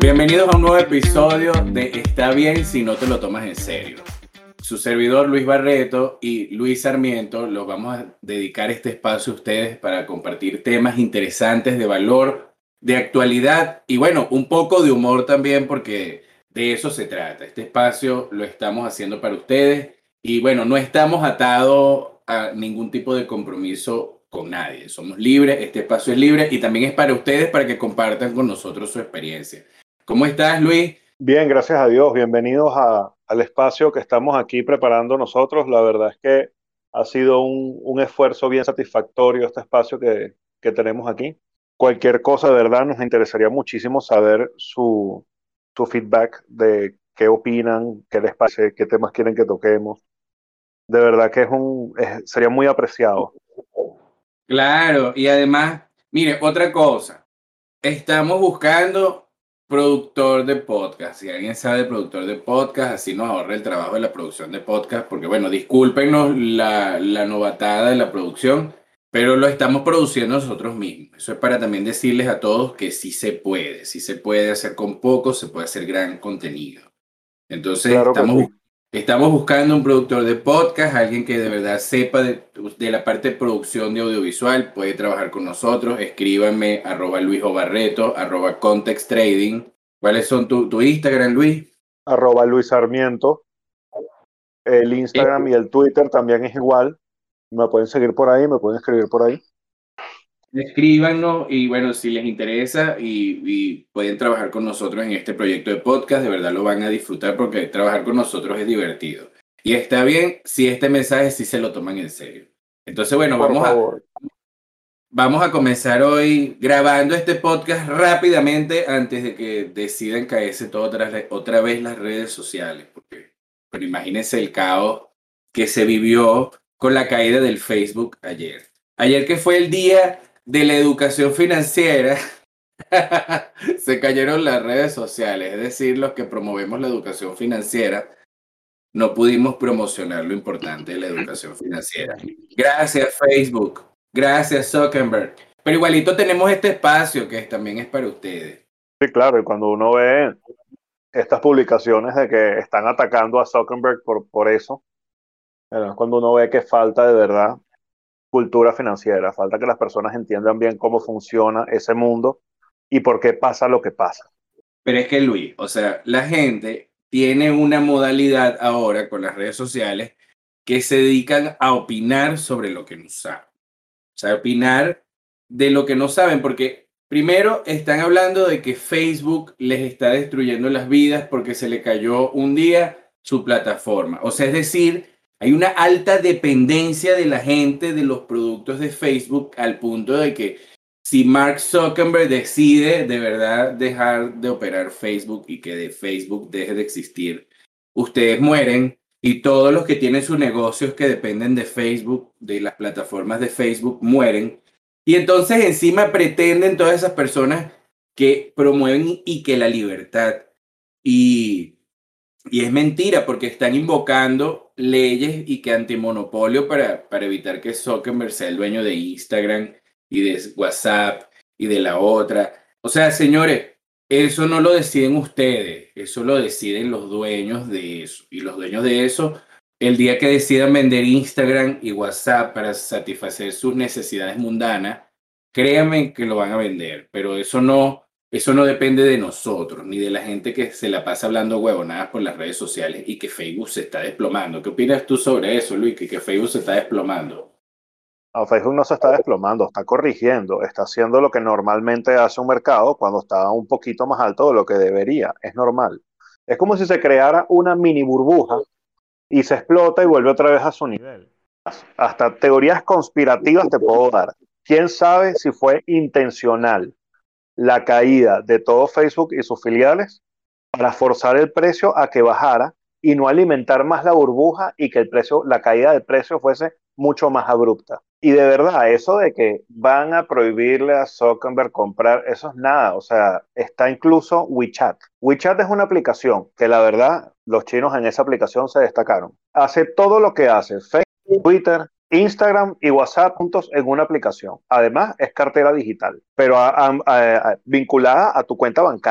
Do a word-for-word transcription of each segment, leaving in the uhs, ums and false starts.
Bienvenidos a un nuevo episodio de Está bien si no te lo tomas en serio. Su servidor Luis Barreto y Luis Sarmiento los vamos a dedicar este espacio a ustedes para compartir temas interesantes de valor, de actualidad y bueno, un poco de humor también porque de eso se trata. Este espacio lo estamos haciendo para ustedes y bueno, no estamos atados a ningún tipo de compromiso con nadie. Somos libres, este espacio es libre y también es para ustedes para que compartan con nosotros su experiencia. ¿Cómo estás, Luis? Bien, gracias a Dios. Bienvenidos a- al espacio que estamos aquí preparando nosotros. La verdad es que ha sido un, un esfuerzo bien satisfactorio este espacio que, que tenemos aquí. Cualquier cosa, de verdad, nos interesaría muchísimo saber su, su feedback de qué opinan, qué les parece, qué temas quieren que toquemos. De verdad que es un, es- sería muy apreciado. Claro, y además, mire, otra cosa, estamos buscando productor de podcast. Si alguien sabe de productor de podcast, así nos ahorra el trabajo de la producción de podcast, porque bueno, discúlpenos la, la novatada de la producción, pero lo estamos produciendo nosotros mismos. Eso es para también decirles a todos que sí se puede, sí se puede hacer con poco, se puede hacer gran contenido. Entonces, Claro que estamos, sí. bus- estamos buscando un productor de podcast, alguien que de verdad sepa de, de la parte de producción de audiovisual, puede trabajar con nosotros. Escríbanme arroba Luis Barreto, arroba Context Trading. ¿Cuáles son tu, tu Instagram, Luis? Arroba Luis Sarmiento. El Instagram y el Twitter también es igual. Me pueden seguir por ahí, me pueden escribir por ahí. Escríbanos y bueno, si les interesa y, y pueden trabajar con nosotros en este proyecto de podcast, de verdad lo van a disfrutar porque trabajar con nosotros es divertido. Y está bien si este mensaje sí se lo toman en serio. Entonces, bueno, Por vamos a, favor. vamos a comenzar hoy grabando este podcast rápidamente antes de que decidan caerse todo otra, otra vez las redes sociales. Porque, pero imagínense el caos que se vivió con la caída del Facebook ayer. Ayer que fue el día de la educación financiera, se cayeron las redes sociales. Es decir, los que promovemos la educación financiera no pudimos promocionar lo importante de la educación financiera. Gracias, Facebook. Gracias, Zuckerberg. Pero igualito tenemos este espacio que también es para ustedes. Sí, claro, y cuando uno ve estas publicaciones de que están atacando a Zuckerberg por, por eso, ¿verdad? Es cuando uno ve que falta de verdad cultura financiera, falta que las personas entiendan bien cómo funciona ese mundo y por qué pasa lo que pasa. Pero es que Luis, o sea, la gente tiene una modalidad ahora con las redes sociales que se dedican a opinar sobre lo que no saben. O sea, opinar de lo que no saben, porque primero están hablando de que Facebook les está destruyendo las vidas porque se le cayó un día su plataforma. O sea, es decir, hay una alta dependencia de la gente de los productos de Facebook al punto de que si Mark Zuckerberg decide de verdad dejar de operar Facebook y que de Facebook deje de existir, ustedes mueren y todos los que tienen sus negocios que dependen de Facebook, de las plataformas de Facebook, mueren. Y entonces encima pretenden todas esas personas que promueven y que la libertad. Y, y es mentira porque están invocando leyes y que antimonopolio para, para evitar que Zuckerberg sea el dueño de Instagram y de WhatsApp y de la otra. O sea, señores, eso no lo deciden ustedes, eso lo deciden los dueños de eso. Y los dueños de eso, el día que decidan vender Instagram y WhatsApp para satisfacer sus necesidades mundanas, créanme que lo van a vender, pero eso no, eso no depende de nosotros, ni de la gente que se la pasa hablando huevonadas por las redes sociales y que Facebook se está desplomando. ¿Qué opinas tú sobre eso, Luis? Que, que Facebook se está desplomando. No, Facebook no se está desplomando, está corrigiendo, está haciendo lo que normalmente hace un mercado cuando está un poquito más alto de lo que debería. Es normal. Es como si se creara una mini burbuja y se explota y vuelve otra vez a su nivel. Hasta teorías conspirativas te puedo dar. ¿Quién sabe si fue intencional la caída de todo Facebook y sus filiales para forzar el precio a que bajara y no alimentar más la burbuja y que el precio, la caída del precio fuese mucho más abrupta? Y de verdad, eso de que van a prohibirle a Zuckerberg comprar, eso es nada. O sea, está incluso WeChat. WeChat es una aplicación que la verdad, los chinos en esa aplicación se destacaron. Hace todo lo que hace Facebook, Twitter, Instagram y WhatsApp juntos en una aplicación. Además, es cartera digital, pero a, a, a, vinculada a tu cuenta bancaria.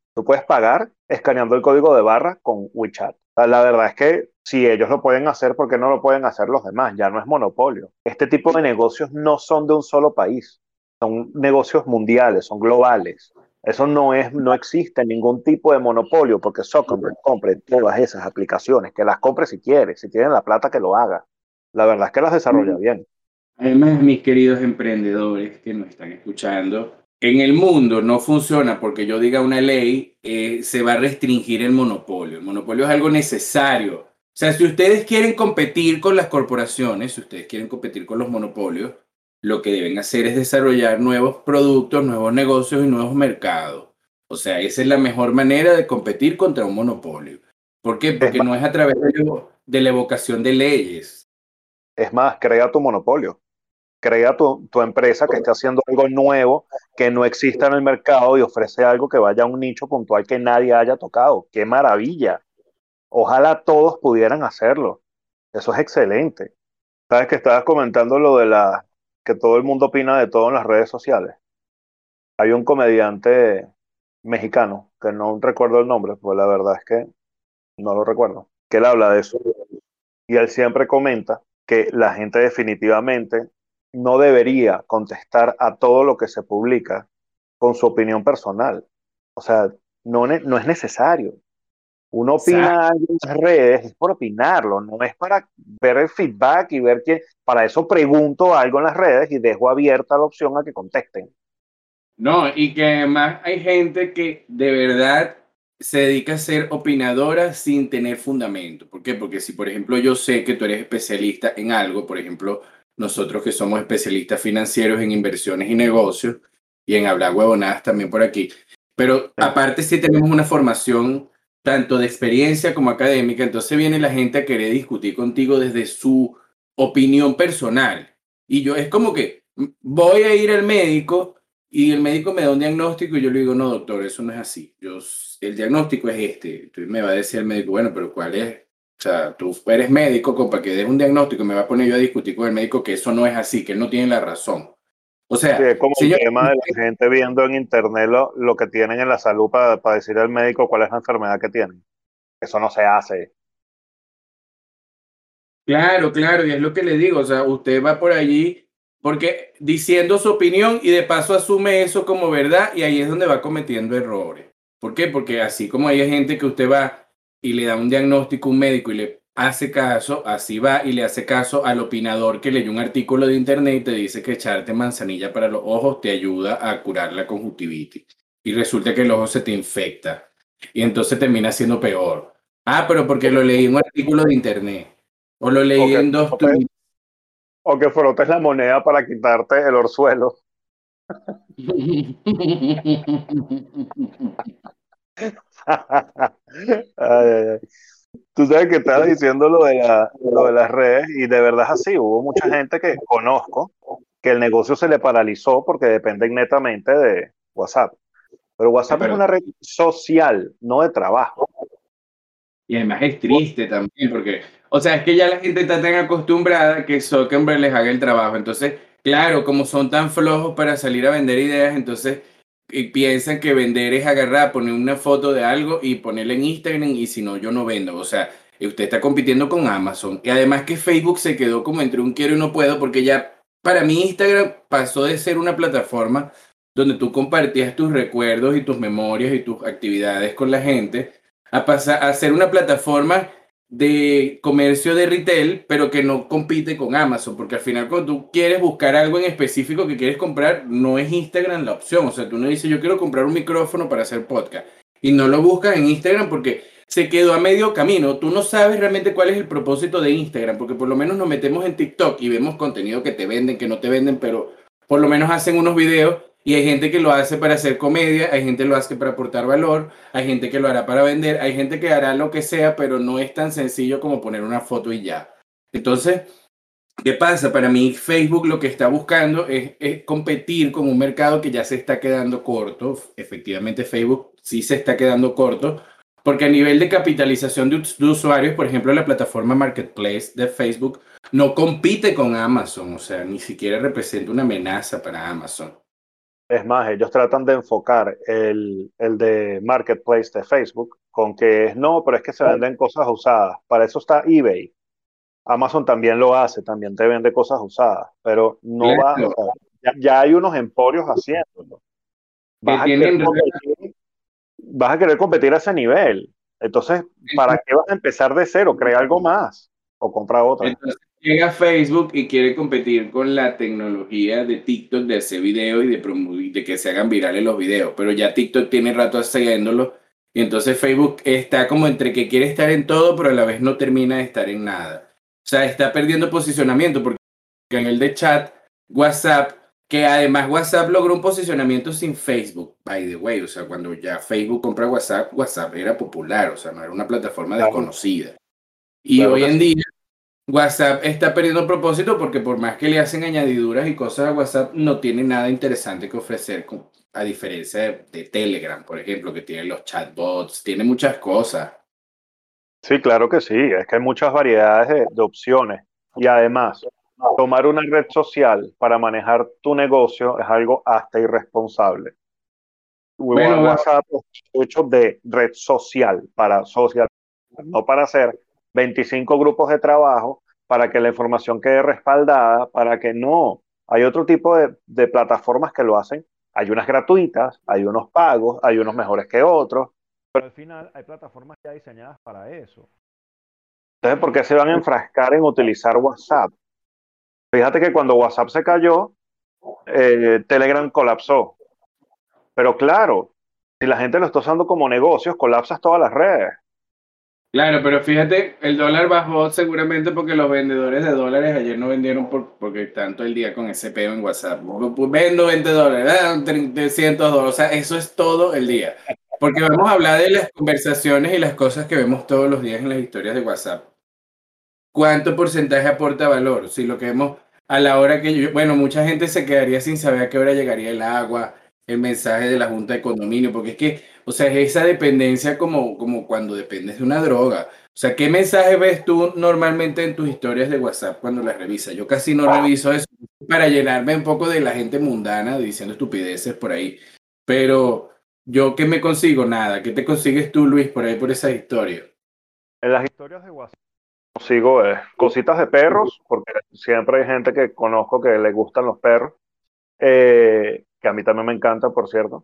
Tú puedes pagar escaneando el código de barra con WeChat. O sea, la verdad es que si ellos lo pueden hacer, ¿por qué no lo pueden hacer los demás? Ya no es monopolio. Este tipo de negocios no son de un solo país, son negocios mundiales, son globales. Eso no es, no existe ningún tipo de monopolio porque Zuckerberg compre todas esas aplicaciones, que las compre si quiere, si tienen la plata que lo haga. La verdad es que las desarrolla bien. Además, mis queridos emprendedores que nos están escuchando, en el mundo no funciona porque yo diga una ley, eh, se va a restringir el monopolio. El monopolio es algo necesario. O sea, si ustedes quieren competir con las corporaciones, si ustedes quieren competir con los monopolios, lo que deben hacer es desarrollar nuevos productos, nuevos negocios y nuevos mercados. O sea, esa es la mejor manera de competir contra un monopolio. ¿Por qué? Es Porque más, no es a través de, de la evocación de leyes. es más, crea tu monopolio. Crea tu, tu empresa que esté haciendo algo nuevo que no exista en el mercado y ofrece algo que vaya a un nicho puntual que nadie haya tocado. ¡Qué maravilla! Ojalá todos pudieran hacerlo. Eso es excelente. Sabes que estabas comentando lo de la que todo el mundo opina de todo en las redes sociales. Hay un comediante mexicano que no recuerdo el nombre, pues la verdad es que no lo recuerdo, que él habla de eso. Y él siempre comenta que la gente definitivamente no debería contestar a todo lo que se publica con su opinión personal. O sea, no, ne- no es necesario. Uno opina algo en las redes, es por opinarlo, no es para ver el feedback y ver quién. Para eso pregunto algo en las redes y dejo abierta la opción a que contesten. No, y que además hay gente que de verdad se dedica a ser opinadora sin tener fundamento. ¿Por qué? Porque si, por ejemplo, yo sé que tú eres especialista en algo, por ejemplo, nosotros que somos especialistas financieros en inversiones y negocios, y en hablar huevonadas también por aquí, pero Sí. aparte sí tenemos una formación tanto de experiencia como académica, entonces viene la gente a querer discutir contigo desde su opinión personal. Y yo es como que mm, voy a ir al médico y el médico me da un diagnóstico y yo le digo, no, doctor, eso no es así. Yo, el diagnóstico es este. Entonces me va a decir el médico, bueno, pero ¿cuál es? O sea, tú eres médico, compa, que des un diagnóstico y me va a poner yo a discutir con el médico que eso no es así, que él no tiene la razón. O Sí, sea, es como el señor, tema de la gente viendo en internet lo, lo que tienen en la salud para, para decir al médico cuál es la enfermedad que tienen. Eso no se hace. claro, claro, y es lo que le digo, o sea, usted va por allí porque diciendo su opinión y de paso asume eso como verdad y ahí es donde va cometiendo errores. ¿Por qué? Porque así como hay gente que usted va y le da un diagnóstico a un médico y le hace caso, así va y le hace caso al opinador que leyó un artículo de internet y te dice que echarte manzanilla para los ojos te ayuda a curar la conjuntivitis. Y resulta que el ojo se te infecta y entonces termina siendo peor. Ah, pero porque lo leí en un artículo de internet. O lo O leí que, en dos frotes, tweets. o que frotes la moneda para quitarte el orzuelo. Ay, ay, ay. Tú sabes que estabas diciendo lo de, la, lo de las redes y de verdad es así. Hubo mucha gente que conozco que el negocio se le paralizó porque dependen netamente de WhatsApp. Pero WhatsApp es Pero, una red social, no de trabajo. y además es triste también, porque, o sea, es que ya la gente está tan acostumbrada que Zuckerberg les haga el trabajo. Entonces, claro, como son tan flojos para salir a vender ideas, entonces y piensan que vender es agarrar, poner una foto de algo y ponerla en Instagram y si no, yo no vendo. O sea, usted está compitiendo con Amazon. Y además que Facebook se quedó como entre un quiero y no puedo, porque ya para mí Instagram pasó de ser una plataforma donde tú compartías tus recuerdos y tus memorias y tus actividades con la gente, a pasar a ser una plataforma de comercio de retail, pero que no compite con Amazon, porque al final cuando tú quieres buscar algo en específico que quieres comprar, no es Instagram la opción. O sea, tú no dices, yo quiero comprar un micrófono para hacer podcast, y no lo buscas en Instagram porque se quedó a medio camino. Tú no sabes realmente cuál es el propósito de Instagram, porque por lo menos nos metemos en TikTok y vemos contenido que te venden, que no te venden, pero por lo menos hacen unos videos y hay gente que lo hace para hacer comedia, hay gente que lo hace para aportar valor, hay gente que lo hará para vender, hay gente que hará lo que sea, pero no es tan sencillo como poner una foto y ya. Entonces, ¿qué pasa? Para mí Facebook lo que está buscando es, es competir con un mercado que ya se está quedando corto. Efectivamente, Facebook sí se está quedando corto, porque a nivel de capitalización de, us- de usuarios, por ejemplo, la plataforma Marketplace de Facebook no compite con Amazon, o sea, ni siquiera representa una amenaza para Amazon. Es más, ellos tratan de enfocar el, el de Marketplace de Facebook con que es no, pero es que se venden cosas usadas. Para eso está eBay. Amazon también lo hace, también te vende cosas usadas, pero no va, o Claro, sea, ya, ya hay unos emporios haciéndolo. que Vas a querer tienen competir, vas a querer competir a ese nivel. Entonces, ¿para qué vas a empezar de cero? Crea algo más o compra otra. entonces llega Facebook y quiere competir con la tecnología de TikTok de hacer video y de, promo- y de que se hagan virales los videos, pero ya TikTok tiene rato haciéndolo y entonces Facebook está como entre que quiere estar en todo, pero a la vez no termina de estar en nada. O sea, está perdiendo posicionamiento porque en el de chat, WhatsApp, que además WhatsApp logró un posicionamiento sin Facebook, by the way, o sea, cuando ya Facebook compra WhatsApp, WhatsApp era popular, o sea, no era una plataforma Claro, desconocida. Y claro hoy que en sí. día WhatsApp está perdiendo propósito porque por más que le hacen añadiduras y cosas a WhatsApp, no tiene nada interesante que ofrecer, con- a diferencia de, de Telegram, por ejemplo, que tiene los chatbots, tiene muchas cosas. Sí, claro que sí. Es que hay muchas variedades de, de opciones. Y además, tomar una red social para manejar tu negocio es algo hasta irresponsable. Wa- Bueno, va- WhatsApp es hecho de red social para social, no para hacer veinticinco grupos de trabajo, para que la información quede respaldada, para que no. Hay otro tipo de, de plataformas que lo hacen. Hay unas gratuitas, hay unos pagos, hay unos mejores que otros, pero al final hay plataformas ya diseñadas para eso. Entonces, ¿por qué se van a enfrascar en utilizar WhatsApp? Fíjate que cuando WhatsApp se cayó, eh, Telegram colapsó. Pero claro, si la gente lo está usando como negocios, colapsas todas las redes. claro, pero fíjate, el dólar bajó seguramente porque los vendedores de dólares ayer no vendieron por, porque están todo el día con ese peo en WhatsApp. Pues vendo veinte dólares, ah, trescientos dólares, o sea, eso es todo el día. Porque vamos a hablar de las conversaciones y las cosas que vemos todos los días en las historias de WhatsApp. ¿Cuánto porcentaje aporta valor? Si lo que vemos a la hora que yo, bueno, mucha gente se quedaría sin saber a qué hora llegaría el agua, el mensaje de la Junta de Condominio, porque es que, o sea, es esa dependencia como, como cuando dependes de una droga. O sea, ¿qué mensaje ves tú normalmente en tus historias de WhatsApp cuando las revisas? Yo casi no reviso eso para llenarme un poco de la gente mundana diciendo estupideces por ahí. Pero yo, ¿qué me consigo? Nada. ¿Qué te consigues tú, Luis, por ahí por esa historia? En las historias de WhatsApp sigo eh, cositas de perros, porque siempre hay gente que conozco que le gustan los perros, eh, que a mí también me encanta, por cierto.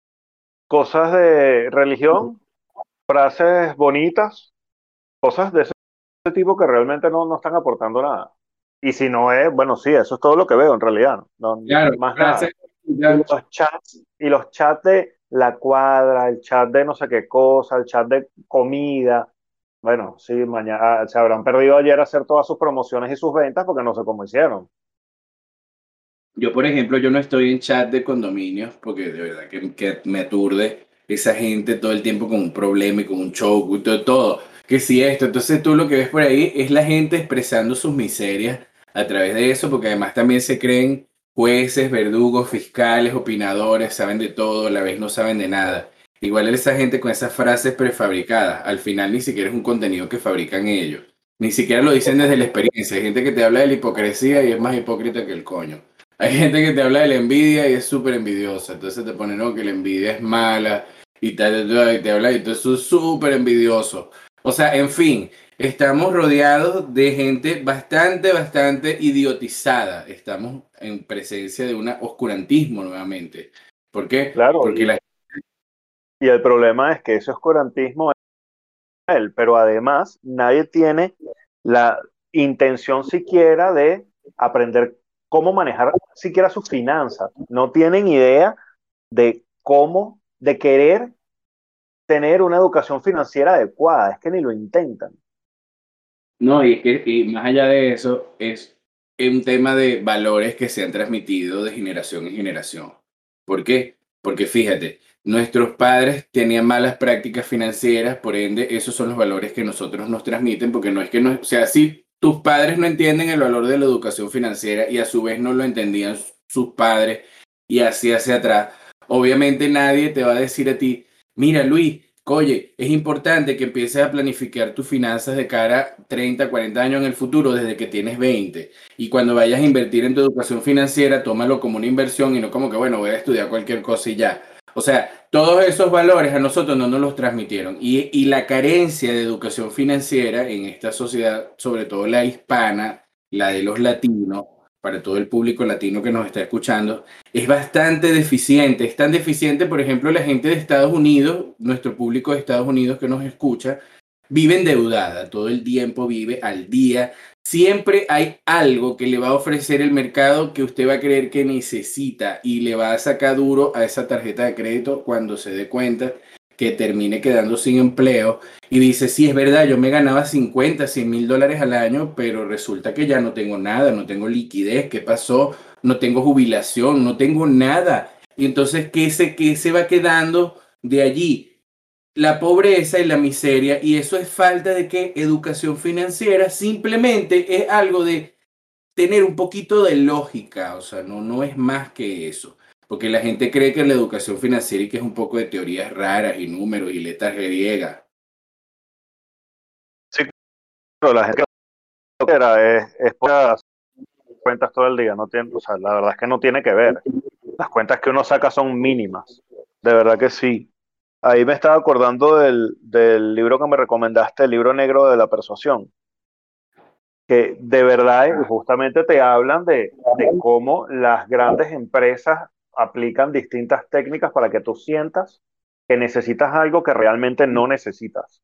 Cosas de religión, frases bonitas, cosas de ese tipo que realmente no, no están aportando nada. Y si no es, bueno, sí, eso es todo lo que veo en realidad, no, no- Claro, más nada. frases. Y los chats, y los chats de la cuadra, el chat de no sé qué cosa, el chat de comida. Bueno, sí, mañana se habrán perdido ayer hacer todas sus promociones y sus ventas porque no sé cómo hicieron. Yo, por ejemplo, yo no estoy en chat de condominios porque de verdad que, que me aturde esa gente todo el tiempo con un problema y con un show y todo, todo. Que si esto, entonces tú lo que ves por ahí es la gente expresando sus miserias a través de eso, porque además también se creen jueces, verdugos, fiscales, opinadores, saben de todo, a la vez no saben de nada. Igual esa gente con esas frases prefabricadas, al final ni siquiera es un contenido que fabrican ellos. Ni siquiera lo dicen desde la experiencia. Hay gente que te habla de la hipocresía y es más hipócrita que el coño. Hay gente que te habla de la envidia y es súper envidiosa. Entonces te pone, no, que la envidia es mala y tal, tal, y te habla y tú es súper envidioso. O sea, en fin, estamos rodeados de gente bastante, bastante idiotizada. Estamos en presencia de un oscurantismo nuevamente. ¿Por qué? Claro, Porque y, la... y el problema es que ese oscurantismo es él, pero además nadie tiene la intención siquiera de aprender cómo manejar siquiera sus finanzas. No tienen idea de cómo, de querer tener una educación financiera adecuada, es que ni lo intentan. No, y es que y más allá de eso, es un tema de valores que se han transmitido de generación en generación. ¿Por qué? Porque fíjate, nuestros padres tenían malas prácticas financieras, por ende, esos son los valores que nosotros nos transmiten, porque no es que no, o sea, si tus padres no entienden el valor de la educación financiera y a su vez no lo entendían sus padres y así hacia atrás, obviamente nadie te va a decir a ti, mira, Luis, Oye, es importante que empieces a planificar tus finanzas de cara a treinta, cuarenta años en el futuro desde que tienes veinte. Y cuando vayas a invertir en tu educación financiera, tómalo como una inversión y no como que, bueno, voy a estudiar cualquier cosa y ya. O sea, todos esos valores a nosotros no nos los transmitieron. Y, y la carencia de educación financiera en esta sociedad, sobre todo la hispana, la de los latinos, para todo el público latino que nos está escuchando, es bastante deficiente. Es tan deficiente, por ejemplo, la gente de Estados Unidos, nuestro público de Estados Unidos que nos escucha, vive endeudada, todo el tiempo vive al día. Siempre hay algo que le va a ofrecer el mercado que usted va a creer que necesita y le va a sacar duro a esa tarjeta de crédito cuando se dé cuenta que termine quedando sin empleo y dice, sí, es verdad, yo me ganaba cincuenta, cien mil dólares al año, pero resulta que ya no tengo nada, no tengo liquidez, ¿qué pasó? No tengo jubilación, no tengo nada. Y entonces, ¿qué se, qué se va quedando de allí? La pobreza y la miseria, y eso es falta de qué, educación financiera, simplemente es algo de tener un poquito de lógica, o sea, no, no es más que eso. Porque la gente cree que la educación financiera y que es un poco de teorías raras y números y letras griegas. Sí, pero la gente lo que era es, es por las cuentas todo el día, no tiene, o sea, la verdad es que no tiene que ver. Las cuentas que uno saca son mínimas, de verdad que sí. Ahí me estaba acordando del, del libro que me recomendaste, el libro negro de la persuasión, que de verdad eh, justamente te hablan de, de cómo las grandes empresas aplican distintas técnicas para que tú sientas que necesitas algo que realmente no necesitas.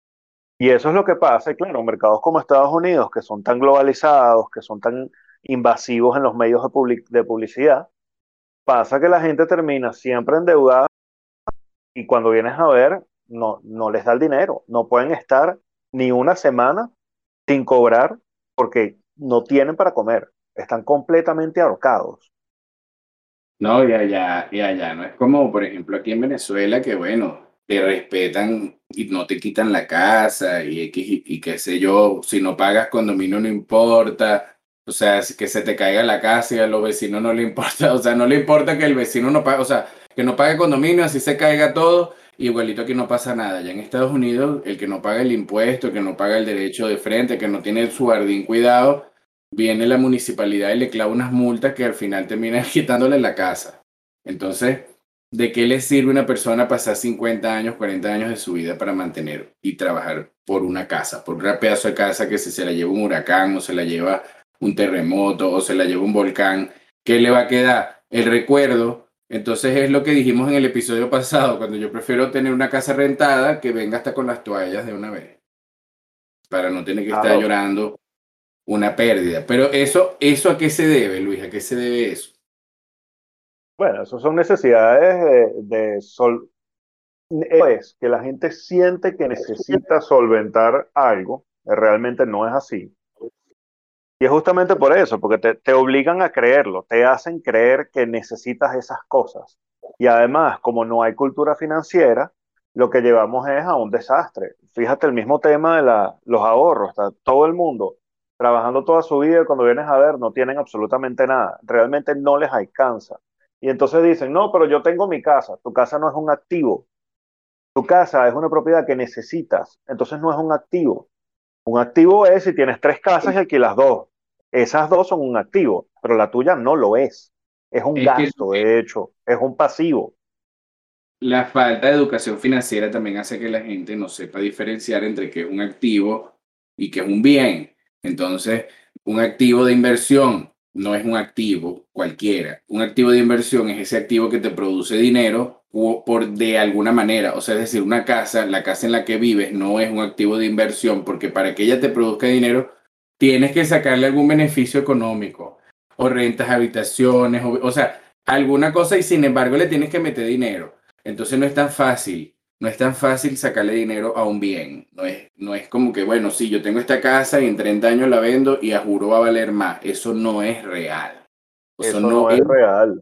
Y eso es lo que pasa, y claro, mercados como Estados Unidos, que son tan globalizados, que son tan invasivos en los medios de, public- de publicidad, pasa que la gente termina siempre endeudada y cuando vienes a ver, no, no les da el dinero. No pueden estar ni una semana sin cobrar porque no tienen para comer. Están completamente ahorcados. No, y allá, y allá no es como, por ejemplo, aquí en Venezuela, que bueno, te respetan y no te quitan la casa y, X y, y qué sé yo, si no pagas condominio no importa, o sea, si que se te caiga la casa y a los vecinos no le importa, o sea, no le importa que el vecino no pague, o sea, que no pague condominio, así se caiga todo, igualito aquí no pasa nada. Ya en Estados Unidos, el que no paga el impuesto, el que no paga el derecho de frente, que no tiene su jardín cuidado, viene la municipalidad y le clava unas multas que al final terminan quitándole la casa. Entonces, ¿de qué le sirve a una persona pasar cincuenta años, cuarenta años de su vida para mantener y trabajar por una casa, por un pedazo de casa que si se la lleva un huracán o se la lleva un terremoto o se la lleva un volcán? ¿Qué le va a quedar? El recuerdo. Entonces es lo que dijimos en el episodio pasado, cuando yo prefiero tener una casa rentada que venga hasta con las toallas de una vez, para no tener que estar Claro. llorando una pérdida. Pero eso, ¿eso a qué se debe, Luis? ¿A qué se debe eso? Bueno, eso son necesidades de, de sol. Es que la gente siente que necesita solventar algo, eh, realmente no es así. Y es justamente por eso, porque te, te obligan a creerlo, te hacen creer que necesitas esas cosas. Y además, como no hay cultura financiera, lo que llevamos es a un desastre. Fíjate el mismo tema de la, los ahorros, está todo el mundo trabajando toda su vida y cuando vienes a ver no tienen absolutamente nada, realmente no les alcanza. Y entonces dicen, no, pero yo tengo mi casa, tu casa no es un activo, tu casa es una propiedad que necesitas, entonces no es un activo. Un activo es si tienes tres casas y alquilas dos. Esas dos son un activo, pero la tuya no lo es. Es un Es que gasto, de hecho, es un pasivo. la falta de educación financiera también hace que la gente no sepa diferenciar entre qué es un activo y qué es un bien. Entonces, un activo de inversión no es un activo cualquiera. Un activo de inversión es ese activo que te produce dinero o por de alguna manera. O sea, es decir, una casa, la casa en la que vives no es un activo de inversión porque para que ella te produzca dinero tienes que sacarle algún beneficio económico o rentas habitaciones, o, o sea, alguna cosa y sin embargo le tienes que meter dinero. Entonces no es tan fácil, no es tan fácil sacarle dinero a un bien. No es, no es como que, bueno, sí, yo tengo esta casa y en treinta años la vendo y a juro va a valer más. Eso no es real. Eso Eso no no es. es real.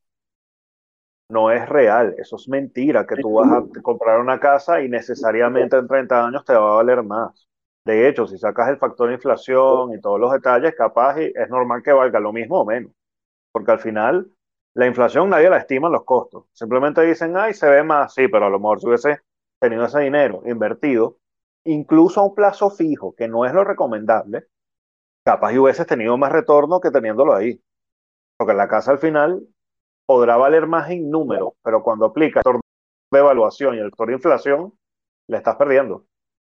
No es real. Eso es mentira, que tú vas a comprar una casa y necesariamente en treinta años te va a valer más. De hecho, si sacas el factor inflación y todos los detalles, capaz y es normal que valga lo mismo o menos. Porque al final, la inflación nadie la estima en los costos. Simplemente dicen, ay, se ve más. Sí, pero a lo mejor si hubiese teniendo ese dinero invertido, incluso a un plazo fijo, que no es lo recomendable, capaz y hubieses tenido más retorno que teniéndolo ahí. Porque la casa al final podrá valer más en números, pero cuando aplica el factor de evaluación y el factor de inflación, le estás perdiendo.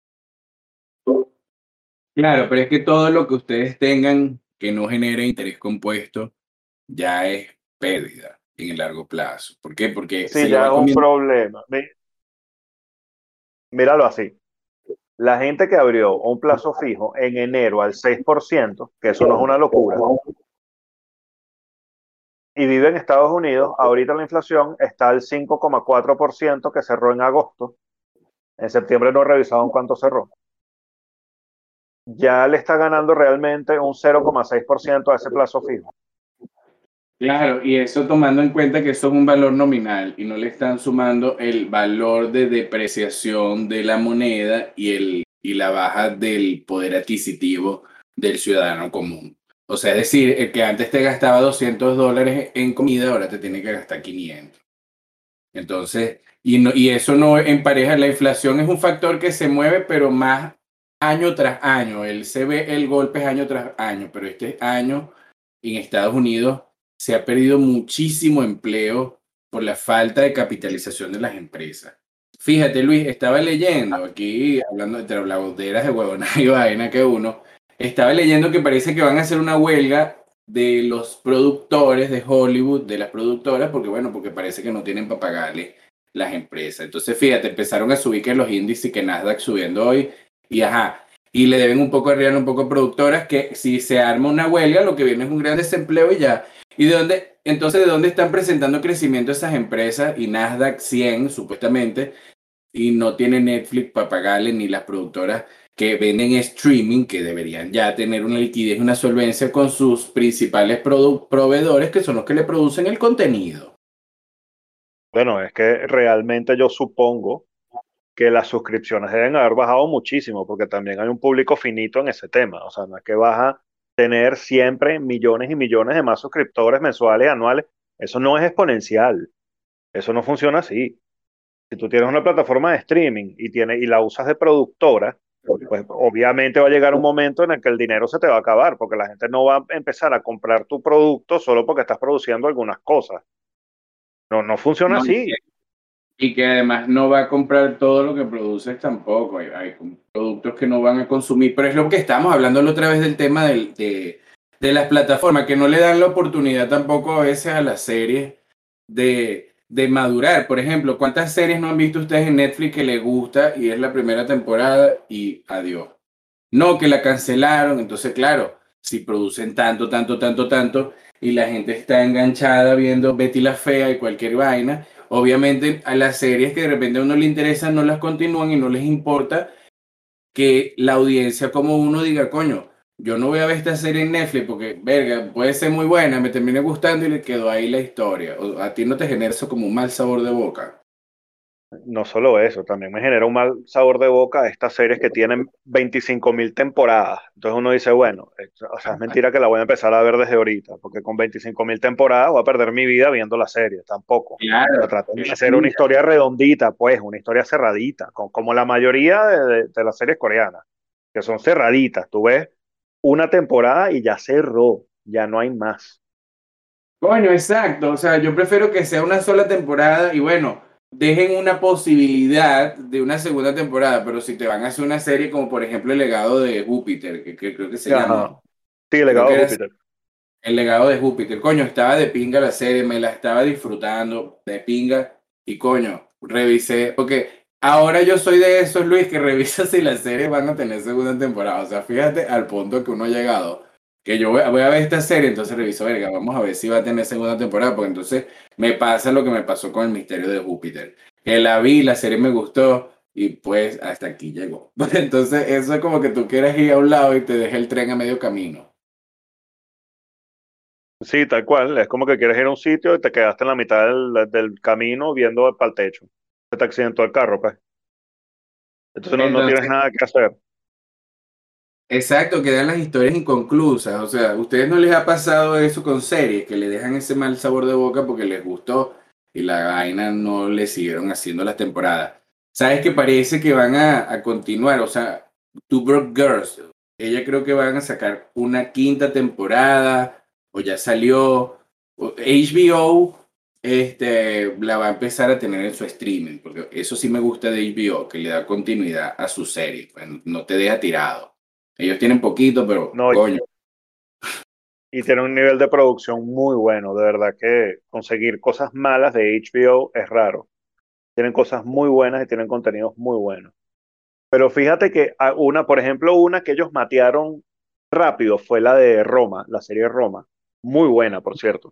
Claro, pero es que todo lo que ustedes tengan que no genere interés compuesto ya es pérdida en el largo plazo. ¿Por qué? Porque se Sí, lo ya va es un comiendo. problema. Mí- Míralo así. La gente que abrió un plazo fijo en enero al seis por ciento, que eso no es una locura, y vive en Estados Unidos, ahorita la inflación está al cinco coma cuatro por ciento que cerró en agosto. En septiembre no he revisado en cuánto cerró. Ya le está ganando realmente un cero coma seis por ciento a ese plazo fijo. Claro, y eso tomando en cuenta que eso es un valor nominal y no le están sumando el valor de depreciación de la moneda y, el, y la baja del poder adquisitivo del ciudadano común. O sea, es decir, el que antes te gastaba doscientos dólares en comida, ahora te tiene que gastar quinientos. Entonces, y, no, y eso no empareja, la inflación es un factor que se mueve, pero más año tras año. Él se ve el golpe es año tras año, pero este año en Estados Unidos se ha perdido muchísimo empleo por la falta de capitalización de las empresas. Fíjate, Luis, estaba leyendo aquí, hablando entre habladeras de huevonada y vaina que uno, estaba leyendo que parece que van a hacer una huelga de los productores de Hollywood, de las productoras, porque bueno, porque parece que no tienen para pagarle las empresas. Entonces, fíjate, empezaron a subir que los índices y que Nasdaq subiendo hoy, y ajá, y le deben un poco arriba, un poco a productoras, que si se arma una huelga, lo que viene es un gran desempleo y ya. ¿Y de dónde, entonces, de dónde están presentando crecimiento esas empresas? Y Nasdaq cien supuestamente, y no tiene Netflix para pagarle ni las productoras que venden streaming, que deberían ya tener una liquidez, una solvencia con sus principales produ- proveedores, que son los que le producen el contenido. Bueno, es que realmente yo supongo que las suscripciones deben haber bajado muchísimo, porque también hay un público finito en ese tema. O sea, no es que vas a tener siempre millones y millones de más suscriptores mensuales, anuales. Eso no es exponencial. Eso no funciona así. Si tú tienes una plataforma de streaming y, tiene, y la usas de productora, pues obviamente va a llegar un momento en el que el dinero se te va a acabar, porque la gente no va a empezar a comprar tu producto solo porque estás produciendo algunas cosas. No, no funciona No, y así. que, y que además no va a comprar todo lo que produces tampoco. Hay, hay productos que no van a consumir, pero es lo que estamos hablando la otra vez del tema del, de, de las plataformas, que no le dan la oportunidad tampoco a veces a las series de, de madurar. Por ejemplo, ¿cuántas series no han visto ustedes en Netflix que les gusta y es la primera temporada y adiós? No, que la cancelaron. Entonces, claro, si producen tanto, tanto, tanto, tanto y la gente está enganchada viendo Betty la Fea y cualquier vaina, obviamente a las series que de repente a uno le interesan no las continúan y no les importa que la audiencia como uno diga, coño, yo no voy a ver esta serie en Netflix porque, verga, puede ser muy buena, me termine gustando y le quedó ahí la historia. O a ti no te genera eso como un mal sabor de boca. No solo eso, también me genera un mal sabor de boca estas series que tienen veinticinco mil temporadas. Entonces uno dice, bueno, es- o sea, es mentira que la voy a empezar a ver desde ahorita, porque con veinticinco mil temporadas voy a perder mi vida viendo la serie, tampoco. O sea, Claro, traten de es hacer una historia redondita, pues, una historia cerradita, co- como la mayoría de, de- de las series coreanas, que son cerraditas. Tú ves una temporada y ya cerró, ya no hay más. coño, exacto. O sea, yo prefiero que sea una sola temporada y bueno, dejen una posibilidad de una segunda temporada, pero si te van a hacer una serie como por ejemplo El legado de Júpiter, que, que creo que se llama, Ajá. Sí, creo legado que de era Júpiter. El legado de Júpiter. Coño, estaba de pinga la serie, me la estaba disfrutando de pinga y coño, revisé, porque ahora yo soy de esos, Luis, que revisa si las series van a tener segunda temporada. O sea, fíjate al punto que uno ha llegado, que yo voy, a voy a ver esta serie, entonces reviso, verga, vamos a ver si va a tener segunda temporada, porque entonces me pasa lo que me pasó con El misterio de Júpiter, que la vi, la serie me gustó. Y pues hasta aquí llegó. Entonces eso es como que tú quieres ir a un lado y te deja el tren a medio camino. Sí, tal cual. Es como que quieres ir a un sitio y te quedaste en la mitad del, del camino viendo para el techo. Se te accidentó el carro, pues. Entonces no, no tienes Entonces, nada que hacer. exacto, quedan las historias inconclusas. O sea, ¿a ustedes no les ha pasado eso con series que le dejan ese mal sabor de boca porque les gustó y la vaina no le siguieron haciendo las temporadas? sabes que parece que van a, a continuar, o sea, Two Broke Girls, ella creo que van a sacar una quinta temporada, o ya salió, o- H B O este, la va a empezar a tener en su streaming, porque eso sí me gusta de H B O, que le da continuidad a su serie, pues, no te deja tirado. Ellos tienen poquito, pero No, coño. y tiene un nivel de producción muy bueno, de verdad que conseguir cosas malas de H B O es raro. Tienen cosas muy buenas y tienen contenidos muy buenos. Pero fíjate que a- una, por ejemplo, una que ellos matearon rápido fue la de Roma, la serie Roma. Muy buena, por cierto.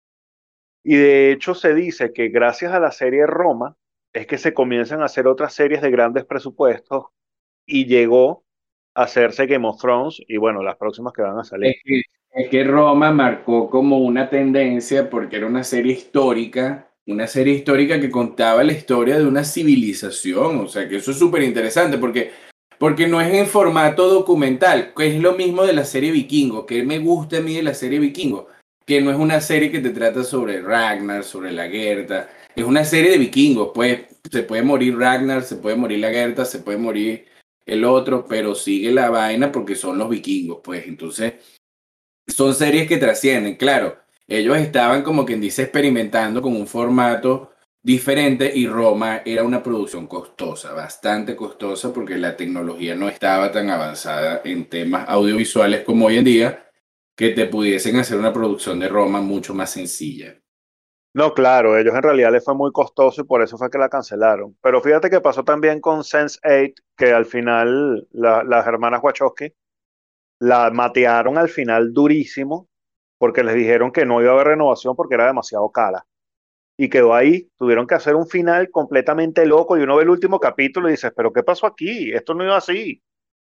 Y de hecho se dice que gracias a la serie Roma es que se comienzan a hacer otras series de grandes presupuestos y llegó a hacerse Game of Thrones y bueno, las próximas que van a Es salir. que, es que Roma marcó como una tendencia porque era una serie histórica, una serie histórica que contaba la historia de una civilización, o sea que eso es súper interesante porque, porque no es en formato documental, que es lo mismo de la serie Vikingo, que me gusta a mí de la serie Vikingo, que no es una serie que te trata sobre Ragnar, sobre la Gerta, es una serie de vikingos, pues se puede morir Ragnar, se puede morir la Gerta, se puede morir el otro, pero sigue la vaina porque son los vikingos, pues entonces son series que trascienden, claro. Ellos estaban como quien dice experimentando con un formato diferente y Roma era una producción costosa, bastante costosa porque la tecnología no estaba tan avanzada en temas audiovisuales como hoy en día que te pudiesen hacer una producción de Roma mucho más sencilla. No, claro, ellos en realidad les fue muy costoso y por eso fue que la cancelaron. Pero fíjate que pasó también con sense eight, que al final la- las hermanas Wachowski la matearon al final durísimo porque les dijeron que no iba a haber renovación porque era demasiado cara. Y quedó ahí, tuvieron que hacer un final completamente loco y uno ve el último capítulo y dices, pero ¿qué pasó aquí? Esto no iba así.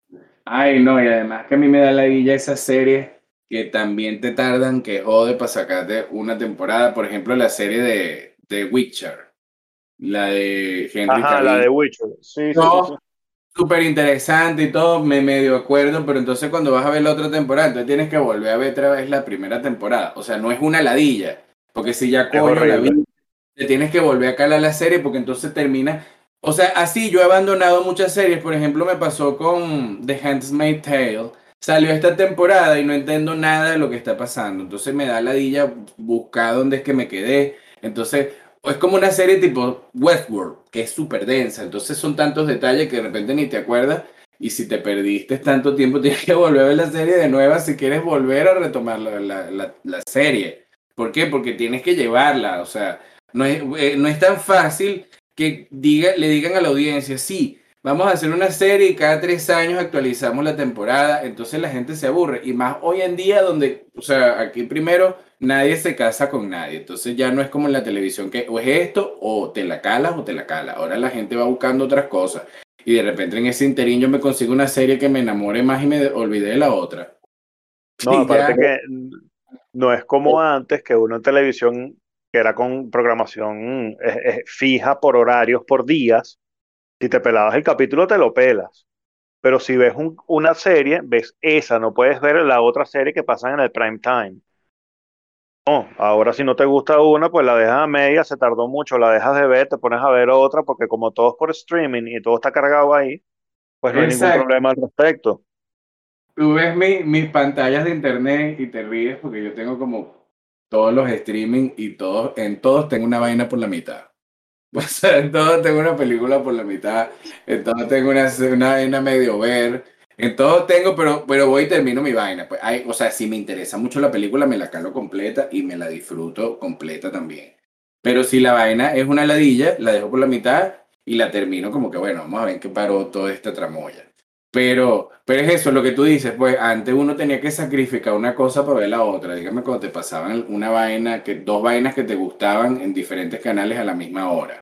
Ay, no, y además que a mí me da la ladilla esas series que también te tardan, que jode para sacarte una temporada. Por ejemplo, la serie de, de Witcher, la de Henry Ajá, la Cavill. de Witcher. Sí, sí, sí, sí. No, súper interesante y todo, me medio acuerdo, pero entonces cuando vas a ver la otra temporada, entonces tienes que volver a ver otra vez la primera temporada. O sea, no es una ladilla, porque si ya Es coño la horrible. vi, te tienes que volver a calar la serie porque entonces termina. O sea, así yo he abandonado muchas series. Por ejemplo, me pasó con The Handmaid's Tale. Salió esta temporada y no entiendo nada de lo que está pasando. Entonces me da ladilla buscar dónde es que me quedé. Entonces, es como una serie tipo Westworld, que es súper densa. Entonces son tantos detalles que de repente ni te acuerdas. Y si te perdiste tanto tiempo, tienes que volver a ver la serie de nueva si quieres volver a retomar la, la, la, la serie. ¿Por qué? Porque tienes que llevarla. O sea, no es, eh, no es tan fácil que diga, le digan a la audiencia, sí, vamos a hacer una serie y cada tres años actualizamos la temporada, entonces la gente se aburre. Y más hoy en día donde, o sea, aquí primero nadie se casa con nadie, entonces ya no es como en la televisión que o es esto o te la calas o te la calas. Ahora la gente va buscando otras cosas. Y de repente en ese interín yo me consigo una serie que me enamore más y me olvidé de la otra. No, Y ya. aparte que mm, no es como antes que uno en televisión, que era con programación eh, eh, fija por horarios, por días, si te pelabas el capítulo te lo pelas. Pero si ves un- una serie, ves esa, no puedes ver la otra serie que pasan en el prime time. No, ahora si no te gusta una, pues la dejas a media, se tardó mucho, la dejas de ver, te pones a ver otra, porque como todo es por streaming y todo está cargado ahí, pues no hay ningún Exacto. problema al respecto. Tú ves mi- mis pantallas de internet y te ríes porque yo tengo como todos los streaming y todos, en todos tengo una vaina por la mitad. O sea, en todos tengo una película por la mitad, en todos tengo una, una vaina medio ver, en todos tengo, pero, pero voy y termino mi vaina. Pues, hay, o sea, si me interesa mucho la película, me la calo completa y me la disfruto completa también. Pero si la vaina es una ladilla, la dejo por la mitad y la termino como que, bueno, vamos a ver qué paró toda esta tramoya. Pero, pero es eso, lo que tú dices, pues antes uno tenía que sacrificar una cosa para ver la otra. Dígame cuando te pasaban una vaina, que, dos vainas que te gustaban en diferentes canales a la misma hora.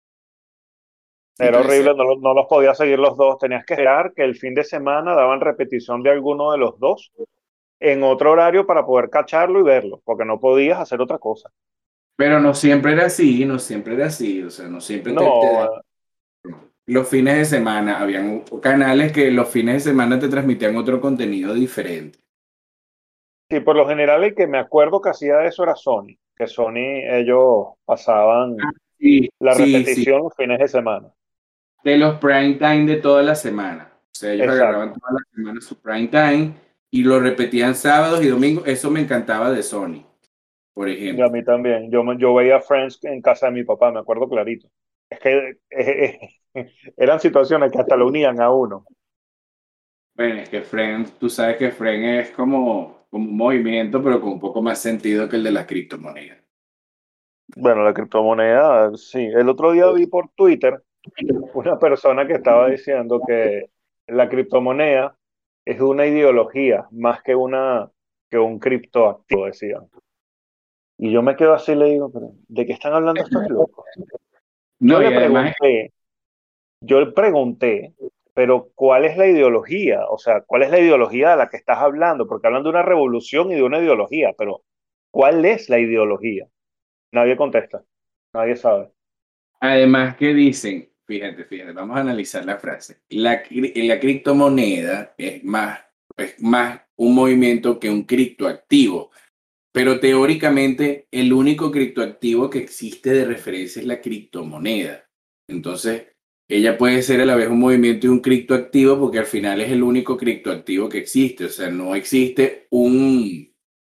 Y tú Era decías, horrible, no, lo- no los podías seguir los dos, tenías que esperar que el fin de semana daban repetición de alguno de los dos en otro horario para poder cacharlo y verlo, porque no podías hacer otra cosa. pero no siempre era así, no siempre era así, o sea, no siempre te, te No, da- eh, Los fines de semana, habían canales que los fines de semana te transmitían otro contenido diferente. sí, por lo general el que me acuerdo que hacía eso era Sony, que Sony ellos pasaban Sí, la sí, sí. repetición los fines de semana. de los prime time de toda la semana. O sea, ellos agarraban Exacto. toda la semana su prime time y lo repetían sábados y domingos. Eso me encantaba de Sony, por Y a ejemplo. mí también. Yo, me- yo veía Friends en casa de mi papá, me acuerdo clarito. Es que eh, eh, eran situaciones que hasta lo unían a uno. Bueno, es que Friends, tú sabes que Friends es como, como un movimiento, pero con un poco más sentido que el de las criptomonedas. Bueno, la criptomoneda, sí. El otro día vi por Twitter una persona que estaba diciendo que la criptomoneda es una ideología más que una que un criptoactivo, decía. Y yo me quedo así y le digo, pero ¿de qué están hablando estos locos? Yo No, y le además, pregunté, yo le pregunté, pero ¿cuál es la ideología? O sea, ¿cuál es la ideología de la que estás hablando? Porque hablan de una revolución y de una ideología, pero ¿cuál es la ideología? Nadie contesta, nadie sabe. además que dicen, fíjate, fíjate, vamos a analizar la frase. La, cri- la criptomoneda es más, es más un movimiento que un criptoactivo. Pero teóricamente el único criptoactivo que existe de referencia es la criptomoneda. Entonces, ella puede ser a la vez un movimiento y un criptoactivo porque al final es el único criptoactivo que existe. O sea, no existe un,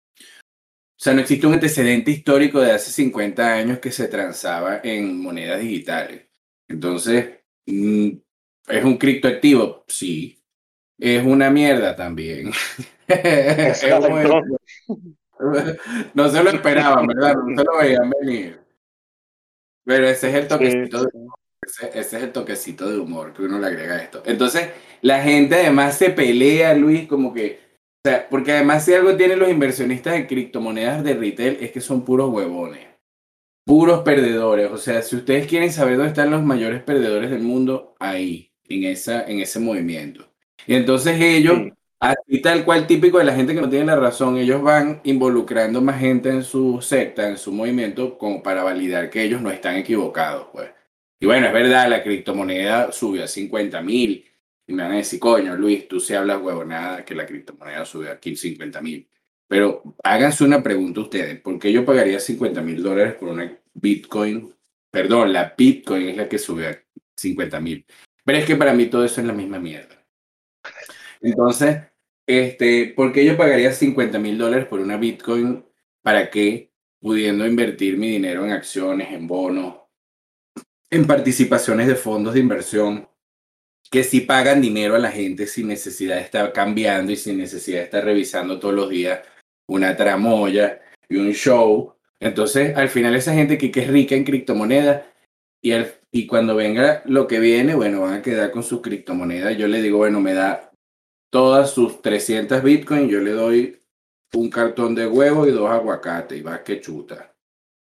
o sea, no existe un antecedente histórico de hace cincuenta años que se transaba en monedas digitales. Entonces, mm, ¿es un criptoactivo? Sí. Es una mierda también. Es un Exacto. movimiento. No se lo esperaban, ¿verdad? No se lo veían venir. Pero ese es el Sí, toquecito de, ese, ese es el toquecito de humor que uno le agrega a esto. Entonces, la gente además se pelea, Luis, como que, o sea, porque además si algo tienen los inversionistas en criptomonedas de retail es que son puros huevones, puros perdedores. O sea, si ustedes quieren saber dónde están los mayores perdedores del mundo, ahí, en esa, en ese movimiento. Y entonces ellos, sí. así tal cual típico de la gente que no tiene la razón, ellos van involucrando más gente en su secta, en su movimiento, como para validar que ellos no están equivocados, pues. Y bueno, es verdad, la criptomoneda subió a cincuenta mil. Y me van a decir, coño, Luis, tú sí hablas huevonada que la criptomoneda subió a cincuenta mil. Pero háganse una pregunta ustedes, ¿por qué yo pagaría cincuenta mil dólares por una Bitcoin? Perdón, la Bitcoin es la que sube a cincuenta mil. Pero es que para mí todo eso es la misma mierda. Entonces, este, ¿por qué yo pagaría cincuenta mil dólares por una Bitcoin? ¿Para qué? Pudiendo invertir mi dinero en acciones, en bonos, en participaciones de fondos de inversión que sí pagan dinero a la gente sin necesidad de estar cambiando y sin necesidad de estar revisando todos los días una tramoya y un show. Entonces, al final esa gente que, que es rica en criptomonedas y, al- y cuando venga lo que viene, bueno, van a quedar con sus criptomonedas. Yo le digo, bueno, me da todas sus trescientas Bitcoin, yo le doy un cartón de huevo y dos aguacates y va que chuta.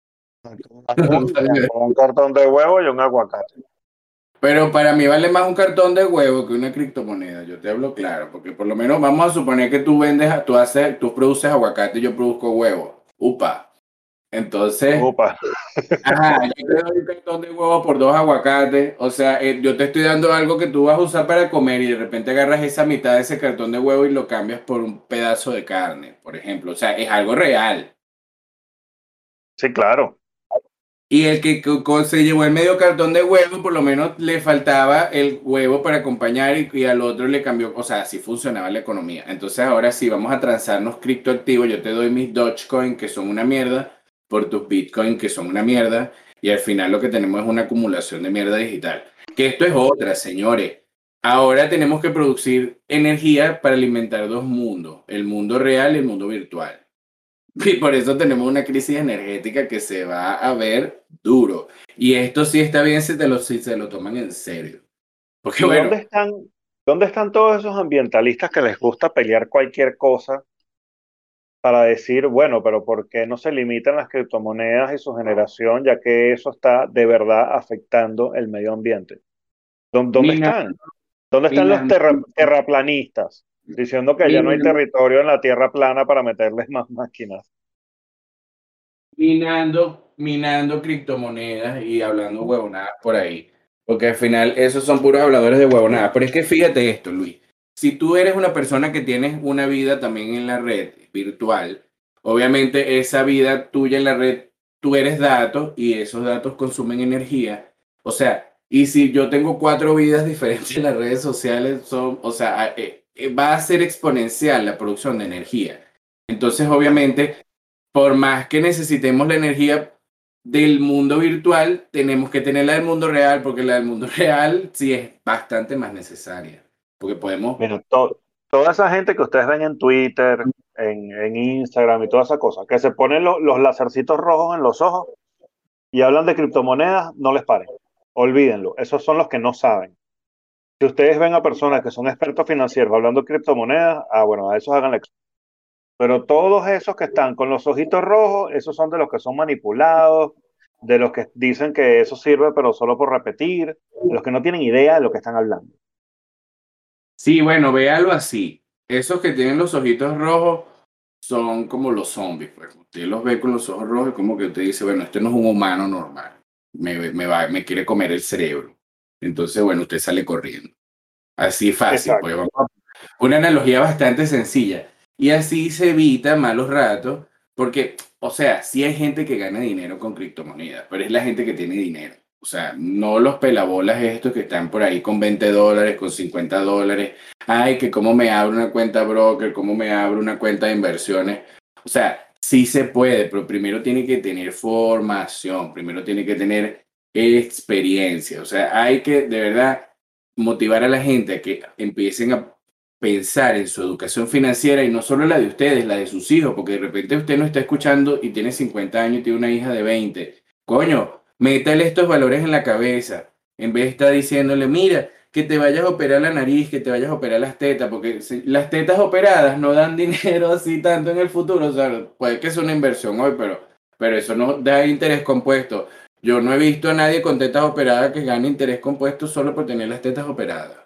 Un cartón de huevo y un aguacate. Pero para mí vale más un cartón de huevo que una criptomoneda, yo te hablo claro, porque por lo menos vamos a suponer que tú vendes, tú haces, tú produces aguacate y yo produzco huevo. Upa. Entonces, Upa. ajá, yo te doy un cartón de huevo por dos aguacates, o sea, eh, yo te estoy dando algo que tú vas a usar para comer y de repente agarras esa mitad de ese cartón de huevo y lo cambias por un pedazo de carne, por ejemplo. O sea, es algo real. Sí, claro. Y el que co- co- se llevó el medio cartón de huevo, por lo menos le faltaba el huevo para acompañar y, y al otro le cambió, o sea, así funcionaba la economía. Entonces ahora sí, vamos a transarnos criptoactivos, yo te doy mis Dogecoin que son una mierda por tus Bitcoin que son una mierda y al final lo que tenemos es una acumulación de mierda digital. Que esto es otra, señores. Ahora tenemos que producir energía para alimentar dos mundos, el mundo real y el mundo virtual. Y por eso tenemos una crisis energética que se va a ver duro. Y esto sí está bien si, te lo, si se lo toman en serio. Porque ¿Y dónde bueno, están, dónde están todos esos ambientalistas que les gusta pelear cualquier cosa para decir, bueno, pero ¿por qué no se limitan las criptomonedas y su generación, ya que eso está de verdad afectando el medio ambiente? ¿Dó- ¿Dónde mina, están? ¿Dónde están los mina, terra- terraplanistas diciendo que ya no hay mina- territorio en la tierra plana para meterles más máquinas? minando, minando criptomonedas y hablando huevonadas por ahí. Porque al final esos son puros habladores de huevonadas. Pero es que fíjate esto, Luis. Si tú eres una persona que tienes una vida también en la red virtual, obviamente esa vida tuya en la red, tú eres datos y esos datos consumen energía. O sea, Y si yo tengo cuatro vidas diferentes en las redes sociales, son, o sea, eh, eh, va a ser exponencial la producción de energía. Entonces, obviamente, por más que necesitemos la energía del mundo virtual, tenemos que tener la del mundo real, porque la del mundo real sí es bastante más necesaria. Porque podemos. Mira, to- toda esa gente que ustedes ven en Twitter, en, en Instagram y toda esa cosa, que se ponen lo- los lacercitos rojos en los ojos y hablan de criptomonedas, no les paren. Olvídenlo. Esos son los que no saben. Si ustedes ven a personas que son expertos financieros hablando de criptomonedas, ah, bueno, a esos háganle caso. Pero todos esos que están con los ojitos rojos, esos son de los que son manipulados, de los que dicen que eso sirve pero solo por repetir, de los que no tienen idea de lo que están hablando. Sí, bueno, véalo así. Esos que tienen los ojitos rojos son como los zombies, pues. Usted los ve con los ojos rojos, como que usted dice, bueno, este no es un humano normal. Me, me va, me quiere comer el cerebro. Entonces, bueno, usted sale corriendo. Así fácil, pues Exacto. vamos a- una analogía bastante sencilla. Y así se evita malos ratos, porque, o sea, sí hay gente que gana dinero con criptomonedas, pero es la gente que tiene dinero. O sea, no los pelabolas estos que están por ahí con veinte dólares, con cincuenta dólares. Ay, que cómo me abro una cuenta broker, cómo me abro una cuenta de inversiones. O sea, sí se puede, pero primero tiene que tener formación, primero tiene que tener experiencia. O sea, hay que, de verdad, motivar a la gente a que empiecen a pensar en su educación financiera y no solo la de ustedes, la de sus hijos, porque de repente usted no está escuchando y tiene cincuenta años y tiene una hija de veinte. Coño, métale estos valores en la cabeza, en vez de estar diciéndole, mira, que te vayas a operar la nariz, que te vayas a operar las tetas, porque si- las tetas operadas no dan dinero así tanto en el futuro, o sea, puede que sea una inversión hoy, pero, pero eso no da interés compuesto. Yo no he visto a nadie con tetas operadas que gane interés compuesto solo por tener las tetas operadas.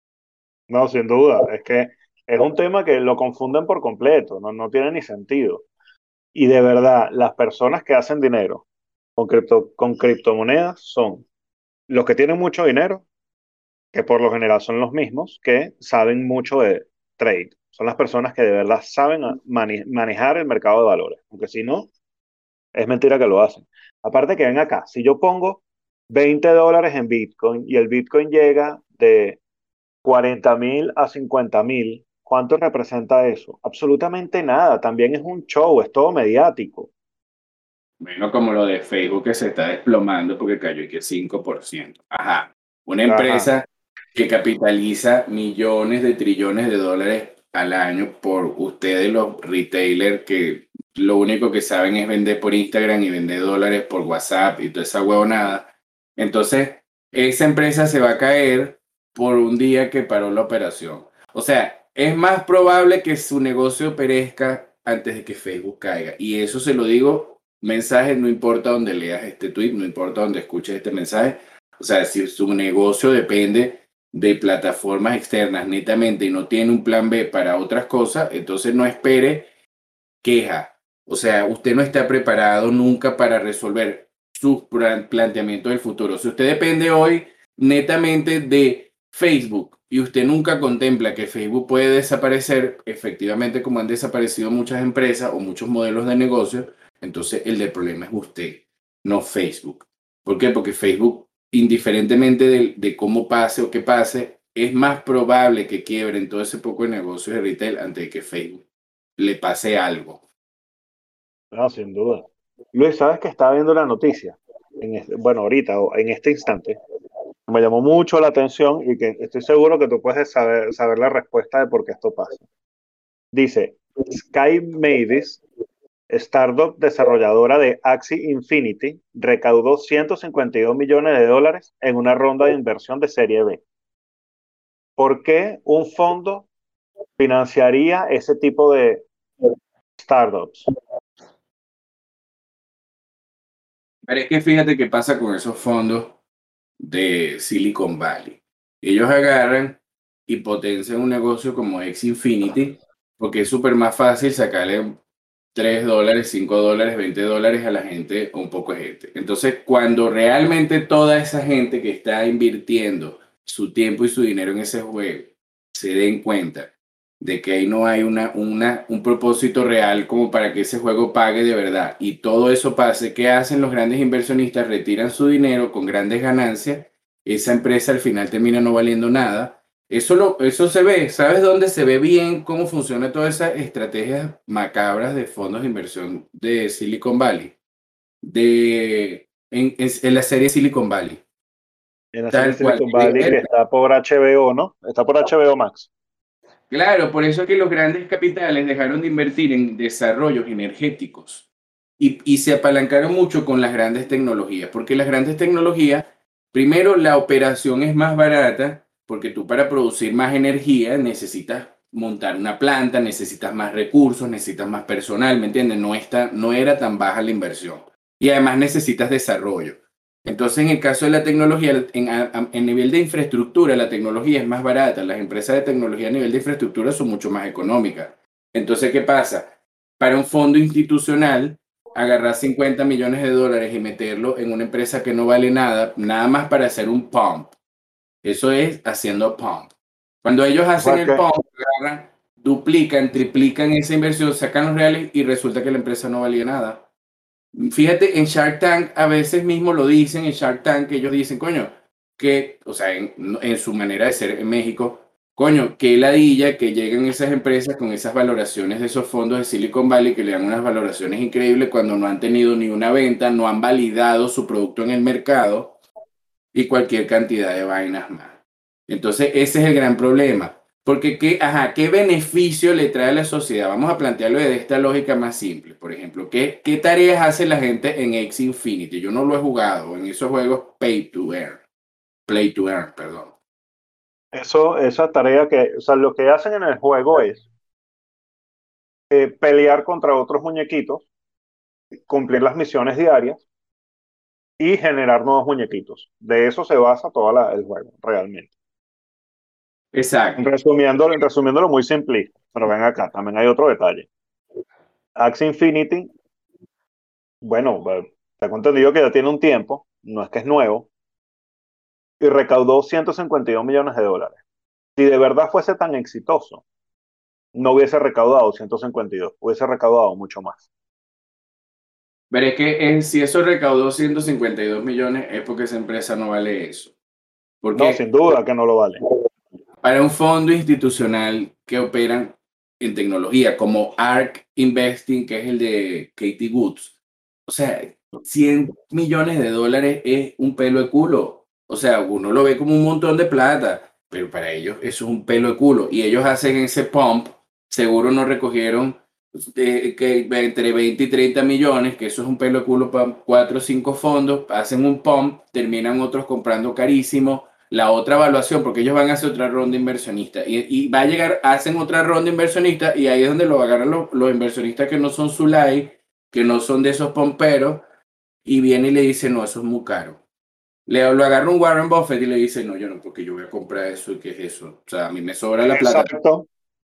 No, sin duda. Es que es un tema que lo confunden por completo, no, no tiene ni sentido. Y de verdad, las personas que hacen dinero con cripto, con criptomonedas son los que tienen mucho dinero, que por lo general son los mismos que saben mucho de trade. Son las personas que de verdad saben a- mane- manejar el mercado de valores. Porque si no, es mentira que lo hacen. Aparte que ven acá, si yo pongo veinte dólares en Bitcoin y el Bitcoin llega de cuarenta mil a cincuenta mil, ¿cuánto representa eso? Absolutamente nada. También es un show, es todo mediático. Bueno, como lo de Facebook que se está desplomando porque cayó y que cinco por ciento. Ajá. Una Ajá. empresa que capitaliza millones de trillones de dólares al año por ustedes los retailers que lo único que saben es vender por Instagram y vender dólares por WhatsApp y toda esa huevonada. Entonces, esa empresa se va a caer por un día que paró la operación. O sea, es más probable que su negocio perezca antes de que Facebook caiga. Y eso se lo digo, mensaje, no importa dónde leas este tweet, no importa dónde escuches este mensaje. O sea, si su negocio depende de plataformas externas netamente y no tiene un plan B para otras cosas, entonces no espere queja. O sea, usted no está preparado nunca para resolver sus plan- planteamientos del futuro. Si usted depende hoy netamente de Facebook y usted nunca contempla que Facebook puede desaparecer, efectivamente como han desaparecido muchas empresas o muchos modelos de negocio, entonces el del problema es usted, no Facebook. ¿Por qué? Porque Facebook, indiferentemente de, de cómo pase o qué pase, es más probable que quiebren todo ese poco de negocios de retail antes de que Facebook le pase algo. No, sin duda. Luis, ¿sabes que estaba viendo la noticia? En este- bueno, ahorita, o en este instante, me llamó mucho la atención y que estoy seguro que tú puedes saber, saber la respuesta de por qué esto pasa. Dice, Sky Mavis, startup desarrolladora de Axie Infinity, recaudó ciento cincuenta y dos millones de dólares en una ronda de inversión de Serie B. ¿Por qué un fondo financiaría ese tipo de startups? Pero es que fíjate qué pasa con esos fondos de Silicon Valley. Ellos agarran y potencian un negocio como X Infinity porque es súper más fácil sacarle tres dólares, cinco dólares, veinte dólares a la gente o un poco de gente. Entonces, cuando realmente toda esa gente que está invirtiendo su tiempo y su dinero en ese juego se den cuenta de que ahí no hay una, una, un propósito real como para que ese juego pague de verdad y todo eso pase, ¿qué hacen los grandes inversionistas? Retiran su dinero con grandes ganancias esa empresa al final termina no valiendo nada. Eso, lo, eso se ve, ¿sabes dónde se ve bien cómo funciona todas esas estrategias macabras de fondos de inversión de Silicon Valley? De, en, en, en la serie Silicon Valley. En la serie Tal cual. Silicon Valley, que está por H B O, ¿no? Está por H B O Max. Claro, por eso es que los grandes capitales dejaron de invertir en desarrollos energéticos y, y se apalancaron mucho con las grandes tecnologías, porque las grandes tecnologías, primero, la operación es más barata, porque tú para producir más energía necesitas montar una planta, necesitas más recursos, necesitas más personal, ¿me entiendes? No, está, no era tan baja la inversión. Y además necesitas desarrollo. Entonces, en el caso de la tecnología, en, a, en nivel de infraestructura, la tecnología es más barata. Las empresas de tecnología a nivel de infraestructura son mucho más económicas. Entonces, ¿qué pasa? Para un fondo institucional, agarrar cincuenta millones de dólares y meterlo en una empresa que no vale nada, nada más para hacer un pump. Eso es haciendo pump. Cuando ellos O hacen sea el que, pump, agarran, duplican, triplican esa inversión, sacan los reales y resulta que la empresa no valía nada. Fíjate, en Shark Tank a veces mismo lo dicen, en Shark Tank que ellos dicen, coño, que, o sea, en, en su manera de ser en México, coño, qué ladilla que lleguen esas empresas con esas valoraciones de esos fondos de Silicon Valley que le dan unas valoraciones increíbles cuando no han tenido ni una venta, no han validado su producto en el mercado y cualquier cantidad de vainas más. Entonces, ese es el gran problema. Porque, ¿qué, ajá, ¿qué beneficio le trae a la sociedad? Vamos a plantearlo de esta lógica más simple. Por ejemplo, ¿qué, qué tareas hace la gente en X Infinity? Yo no lo he jugado en esos juegos Pay to Earn. Play to Earn, perdón. eso, esa tarea que, o sea, lo que hacen en el juego es eh, pelear contra otros muñequitos, cumplir las misiones diarias y generar nuevos muñequitos. De eso se basa todo la, el juego, realmente. Exacto. Resumiéndolo, resumiéndolo muy simplista, pero ven acá, también hay otro detalle. Axie Infinity, bueno, eh, tengo entendido que ya tiene un tiempo, no es que es nuevo, y recaudó ciento cincuenta y dos millones de dólares. Si de verdad fuese tan exitoso, no hubiese recaudado ciento cincuenta y dos, hubiese recaudado mucho más. Pero es que eh, si eso recaudó ciento cincuenta y dos millones es porque esa empresa no vale eso. No, sin Porque duda que no lo vale. para un fondo institucional que operan en tecnología como ARK Investing, que es el de Katie Woods, o sea, cien millones de dólares es un pelo de culo. O sea, uno lo ve como un montón de plata, pero para ellos eso es un pelo de culo. Y ellos hacen ese pump, seguro no recogieron eh, que entre veinte y treinta millones, que eso es un pelo de culo para cuatro o cinco fondos, hacen un pump, terminan otros comprando carísimo la otra evaluación, porque ellos van a hacer otra ronda inversionista y, y va a llegar, hacen otra ronda inversionista y ahí es donde lo agarran los, los inversionistas que no son Zulay, que no son de esos pomperos y viene y le dice, no, eso es muy caro. Le lo agarra un Warren Buffett y le dice, no, yo no, porque yo voy a comprar eso y qué es eso. O sea, a mí me sobra la plata. Exacto.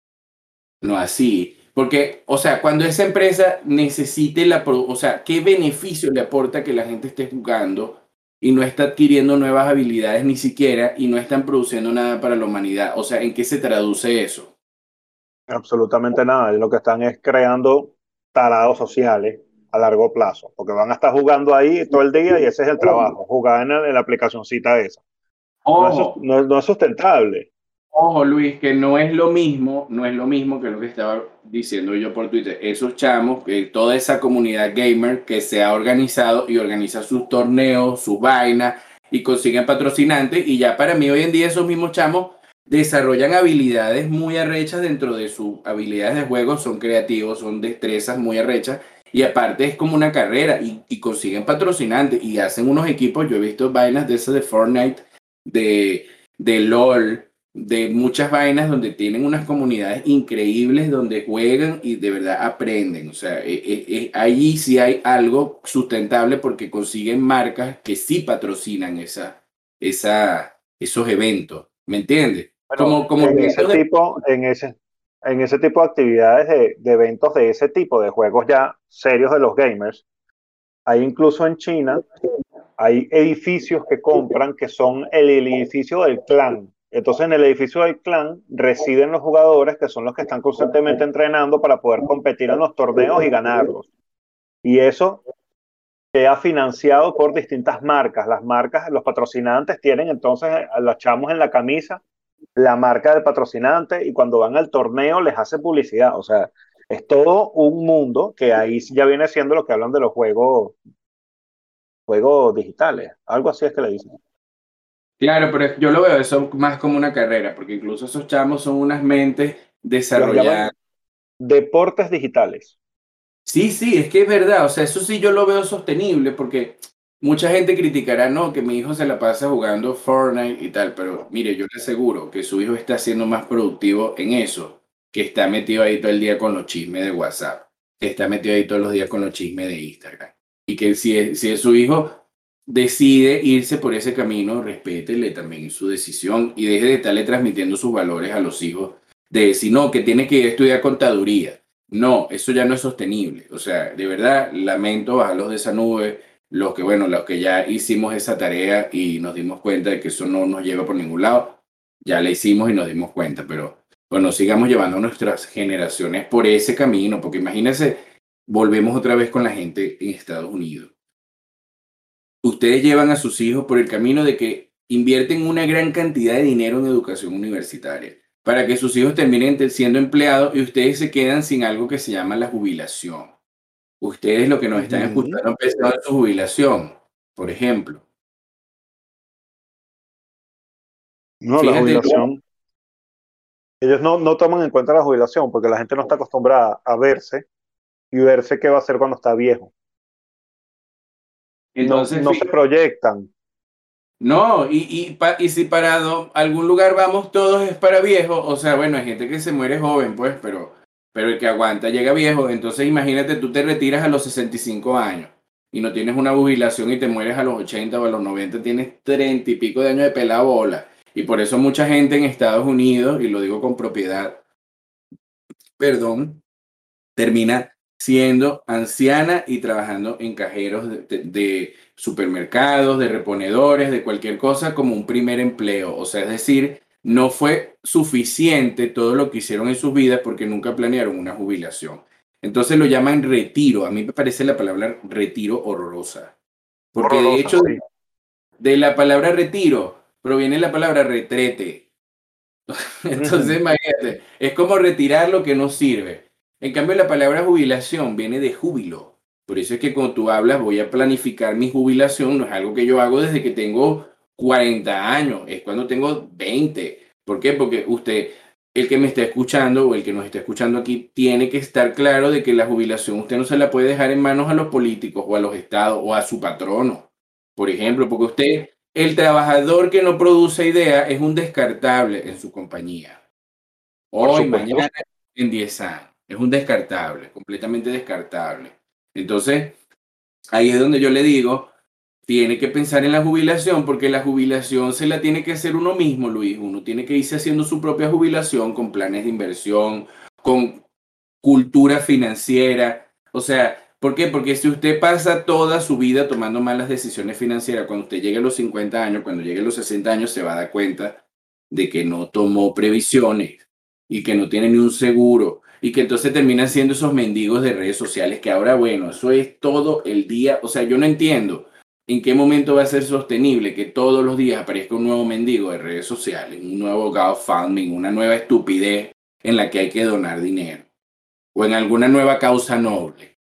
No así. Porque, o sea, cuando esa empresa necesite la, pro- o sea, ¿qué beneficio le aporta que la gente esté jugando y no está adquiriendo nuevas habilidades ni siquiera y no están produciendo nada para la humanidad? O sea, ¿en qué se traduce eso? Absolutamente nada. Lo que están es creando tarados sociales a largo plazo, porque van a estar jugando ahí todo el día y ese es el trabajo, jugar en, el- en la aplicacioncita esa. No es, sus- Ojo, no, es- no es sustentable. ojo, Luis, que no es lo mismo, no es lo mismo que lo que estaba diciendo yo por Twitter. Esos chamos, que toda esa comunidad gamer que se ha organizado y organiza sus torneos, sus vainas y consiguen patrocinantes. Y ya para mí hoy en día esos mismos chamos desarrollan habilidades muy arrechas dentro de sus habilidades de juego, son creativos, son destrezas muy arrechas. Y aparte es como una carrera y, y consiguen patrocinantes y hacen unos equipos. Yo he visto vainas de esas de Fortnite, de, de LOL, de muchas vainas donde tienen unas comunidades increíbles donde juegan y de verdad aprenden. O sea, eh, eh, eh, allí sí hay algo sustentable porque consiguen marcas que sí patrocinan esa, esa, esos eventos. ¿Me entiendes? Bueno, Como, como en ese eventos de... tipo, en ese, en ese tipo de actividades de, de eventos de ese tipo, de juegos ya serios de los gamers, hay incluso en China, hay edificios que compran que son el, el edificio del clan. Entonces, en el edificio del clan residen los jugadores que son los que están constantemente entrenando para poder competir en los torneos y ganarlos. Y eso sea financiado por distintas marcas. Las marcas, los patrocinantes tienen entonces, los echamos en la camisa la marca del patrocinante y cuando van al torneo les hace publicidad. O sea, es todo un mundo que ahí ya viene siendo lo que hablan de los juegos, juegos digitales. Algo así es que le dicen. Claro, pero yo lo veo eso más como una carrera, porque incluso esos chamos son unas mentes Los desarrolladas. llaman deportes digitales. Sí, sí, es que es verdad, o sea, eso sí yo lo veo sostenible, porque mucha gente criticará, no, que mi hijo se la pasa jugando Fortnite y tal, pero mire, yo le aseguro que su hijo está siendo más productivo en eso, que está metido ahí todo el día con los chismes de WhatsApp, que está metido ahí todos los días con los chismes de Instagram, y que si es, si es su hijo decide irse por ese camino, respétele también su decisión y deje de estarle transmitiendo sus valores a los hijos, de decir, no, que tiene que ir a estudiar contaduría. No, eso ya no es sostenible. O sea, de verdad, lamento bajarlos de esa nube. Los que, bueno, los que ya hicimos esa tarea y nos dimos cuenta de que eso no nos lleva por ningún lado, ya la hicimos y nos dimos cuenta. Pero, bueno, sigamos llevando a nuestras generaciones por ese camino, porque imagínense, volvemos otra vez con la gente en Estados Unidos. Ustedes llevan a sus hijos por el camino de que invierten una gran cantidad de dinero en educación universitaria para que sus hijos terminen te- siendo empleados y ustedes se quedan sin algo que se llama la jubilación. Ustedes lo que nos están Ujú. escuchando han pensado en su jubilación, por ejemplo. No, la Fíjate, jubilación. Ellos no, no toman en cuenta la jubilación porque la gente no está acostumbrada a verse y verse qué va a hacer cuando está viejo. No, entonces, no se fí- proyectan. no, y, y, pa- y si para do- algún lugar vamos todos es para viejo, o sea, bueno, hay gente que se muere joven, pues, pero, pero el que aguanta llega viejo, entonces imagínate, tú te retiras a los sesenta y cinco años y no tienes una jubilación y te mueres a los ochenta o a los noventa, tienes treinta y pico de años de pelada bola. Y por eso mucha gente en Estados Unidos, y lo digo con propiedad, perdón, termina siendo anciana y trabajando en cajeros de, de- de supermercados, de reponedores, de cualquier cosa como un primer empleo. O sea, es decir, no fue suficiente todo lo que hicieron en sus vidas porque nunca planearon una jubilación. Entonces lo llaman retiro. A mí me parece la palabra retiro horrorosa. Porque de Horrorosa, hecho sí. de la palabra retiro proviene la palabra retrete. Ujú. Entonces, imagínate, es como retirar lo que no sirve. En cambio, la palabra jubilación viene de júbilo. Por eso es que cuando tú hablas, voy a planificar mi jubilación, no es algo que yo hago desde que tengo cuarenta años, es cuando tengo veinte. ¿Por qué? Porque usted, el que me está escuchando o el que nos está escuchando aquí, tiene que estar claro de que la jubilación usted no se la puede dejar en manos a los políticos o a los estados o a su patrono. Por ejemplo, porque usted el trabajador que no produce idea es un descartable en su compañía. Por Hoy, supuesto. mañana, en diez años. Es un descartable, completamente descartable. Entonces, ahí es donde yo le digo, tiene que pensar en la jubilación, porque la jubilación se la tiene que hacer uno mismo, Luis. Uno tiene que irse haciendo su propia jubilación con planes de inversión, con cultura financiera. O sea, ¿por qué? Porque si usted pasa toda su vida tomando malas decisiones financieras, cuando usted llegue a los cincuenta años, cuando llegue a los sesenta años, se va a dar cuenta de que no tomó previsiones y que no tiene ni un seguro y que entonces terminan siendo esos mendigos de redes sociales que ahora, bueno, eso es todo el día. O sea, yo no entiendo en qué momento va a ser sostenible que todos los días aparezca un nuevo mendigo de redes sociales, un nuevo crowdfunding, una nueva estupidez en la que hay que donar dinero o en alguna nueva causa noble.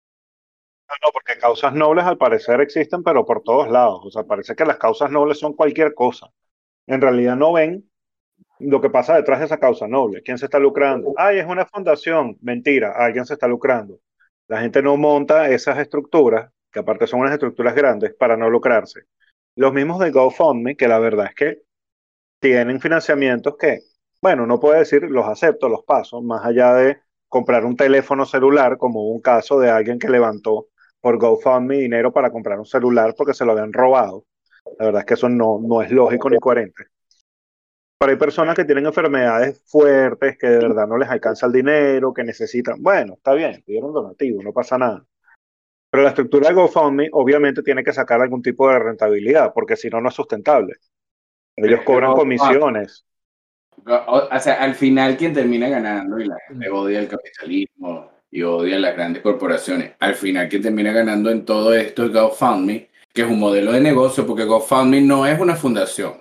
No, no, porque causas nobles al parecer existen, pero por todos lados. O sea, parece que las causas nobles son cualquier cosa. En realidad no ven lo que pasa detrás de esa causa noble. ¿Quién se está lucrando? Ay, es una fundación. Mentira, alguien se está lucrando. La gente no monta esas estructuras, que aparte son unas estructuras grandes, para no lucrarse. Los mismos de GoFundMe, que la verdad es que tienen financiamientos que, bueno, uno puede decir, los acepto, los paso, más allá de comprar un teléfono celular, como un caso de alguien que levantó por GoFundMe dinero para comprar un celular porque se lo habían robado. La verdad es que eso no, no es lógico ni coherente. Pero hay personas que tienen enfermedades fuertes, que de verdad no les alcanza el dinero, que necesitan. Bueno, está bien, pidieron donativo, no pasa nada. Pero la estructura de GoFundMe obviamente tiene que sacar algún tipo de rentabilidad, porque si no, no es sustentable. Pero Ellos es que cobran no, no, comisiones. o, o sea, al final quien termina ganando y la gente odia el capitalismo y odia a las grandes corporaciones. Al final, quien termina ganando en todo esto es GoFundMe, que es un modelo de negocio, porque GoFundMe no es una fundación.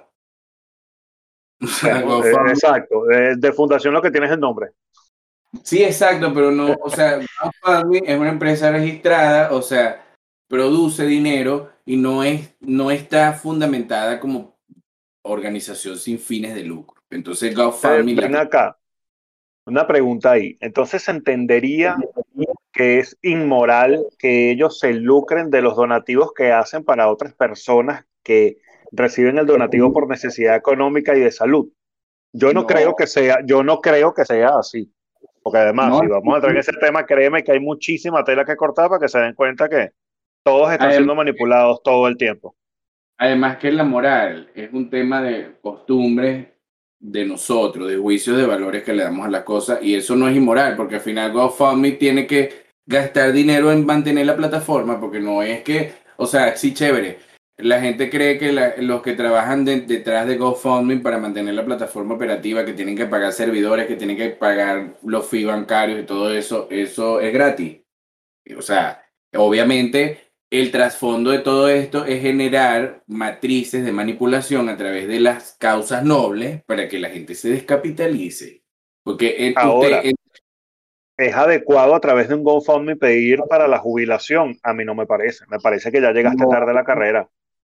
O Es sea, un- eh, GoFundMe, exacto, eh, de fundación lo que tienes es el nombre. sí, exacto, pero no, o sea, GoFundMe es una empresa registrada, o sea, produce dinero y no es, no está fundamentada como organización sin fines de lucro. Entonces, Eh, GoFundMe, la ven acá, una pregunta ahí. Entonces se entendería que es inmoral que ellos se lucren de los donativos que hacen para otras personas que reciben el donativo por necesidad económica y de salud. Yo no creo no, que sea, yo no creo que sea así. Porque además, no. si vamos a entrar en ese tema, créeme que hay muchísima tela que cortar para que se den cuenta que todos están Además, siendo manipulados todo el tiempo. además que la moral es un tema de costumbre de nosotros, de juicios de valores que le damos a las cosas, y eso no es inmoral, porque al final GoFundMe tiene que gastar dinero en mantener la plataforma, porque no es que, o sea, sí, chévere. La gente cree que la- los que trabajan de- detrás de GoFundMe para mantener la plataforma operativa, que tienen que pagar servidores, que tienen que pagar los fees bancarios y todo eso, eso es gratis. O sea, obviamente el trasfondo de todo esto es generar matrices de manipulación a través de las causas nobles para que la gente se descapitalice. Porque eh, usted, Ahora, eh, ¿es adecuado a través de un GoFundMe pedir para la jubilación? A mí no me parece. Me parece que ya llegaste no, tarde a la carrera.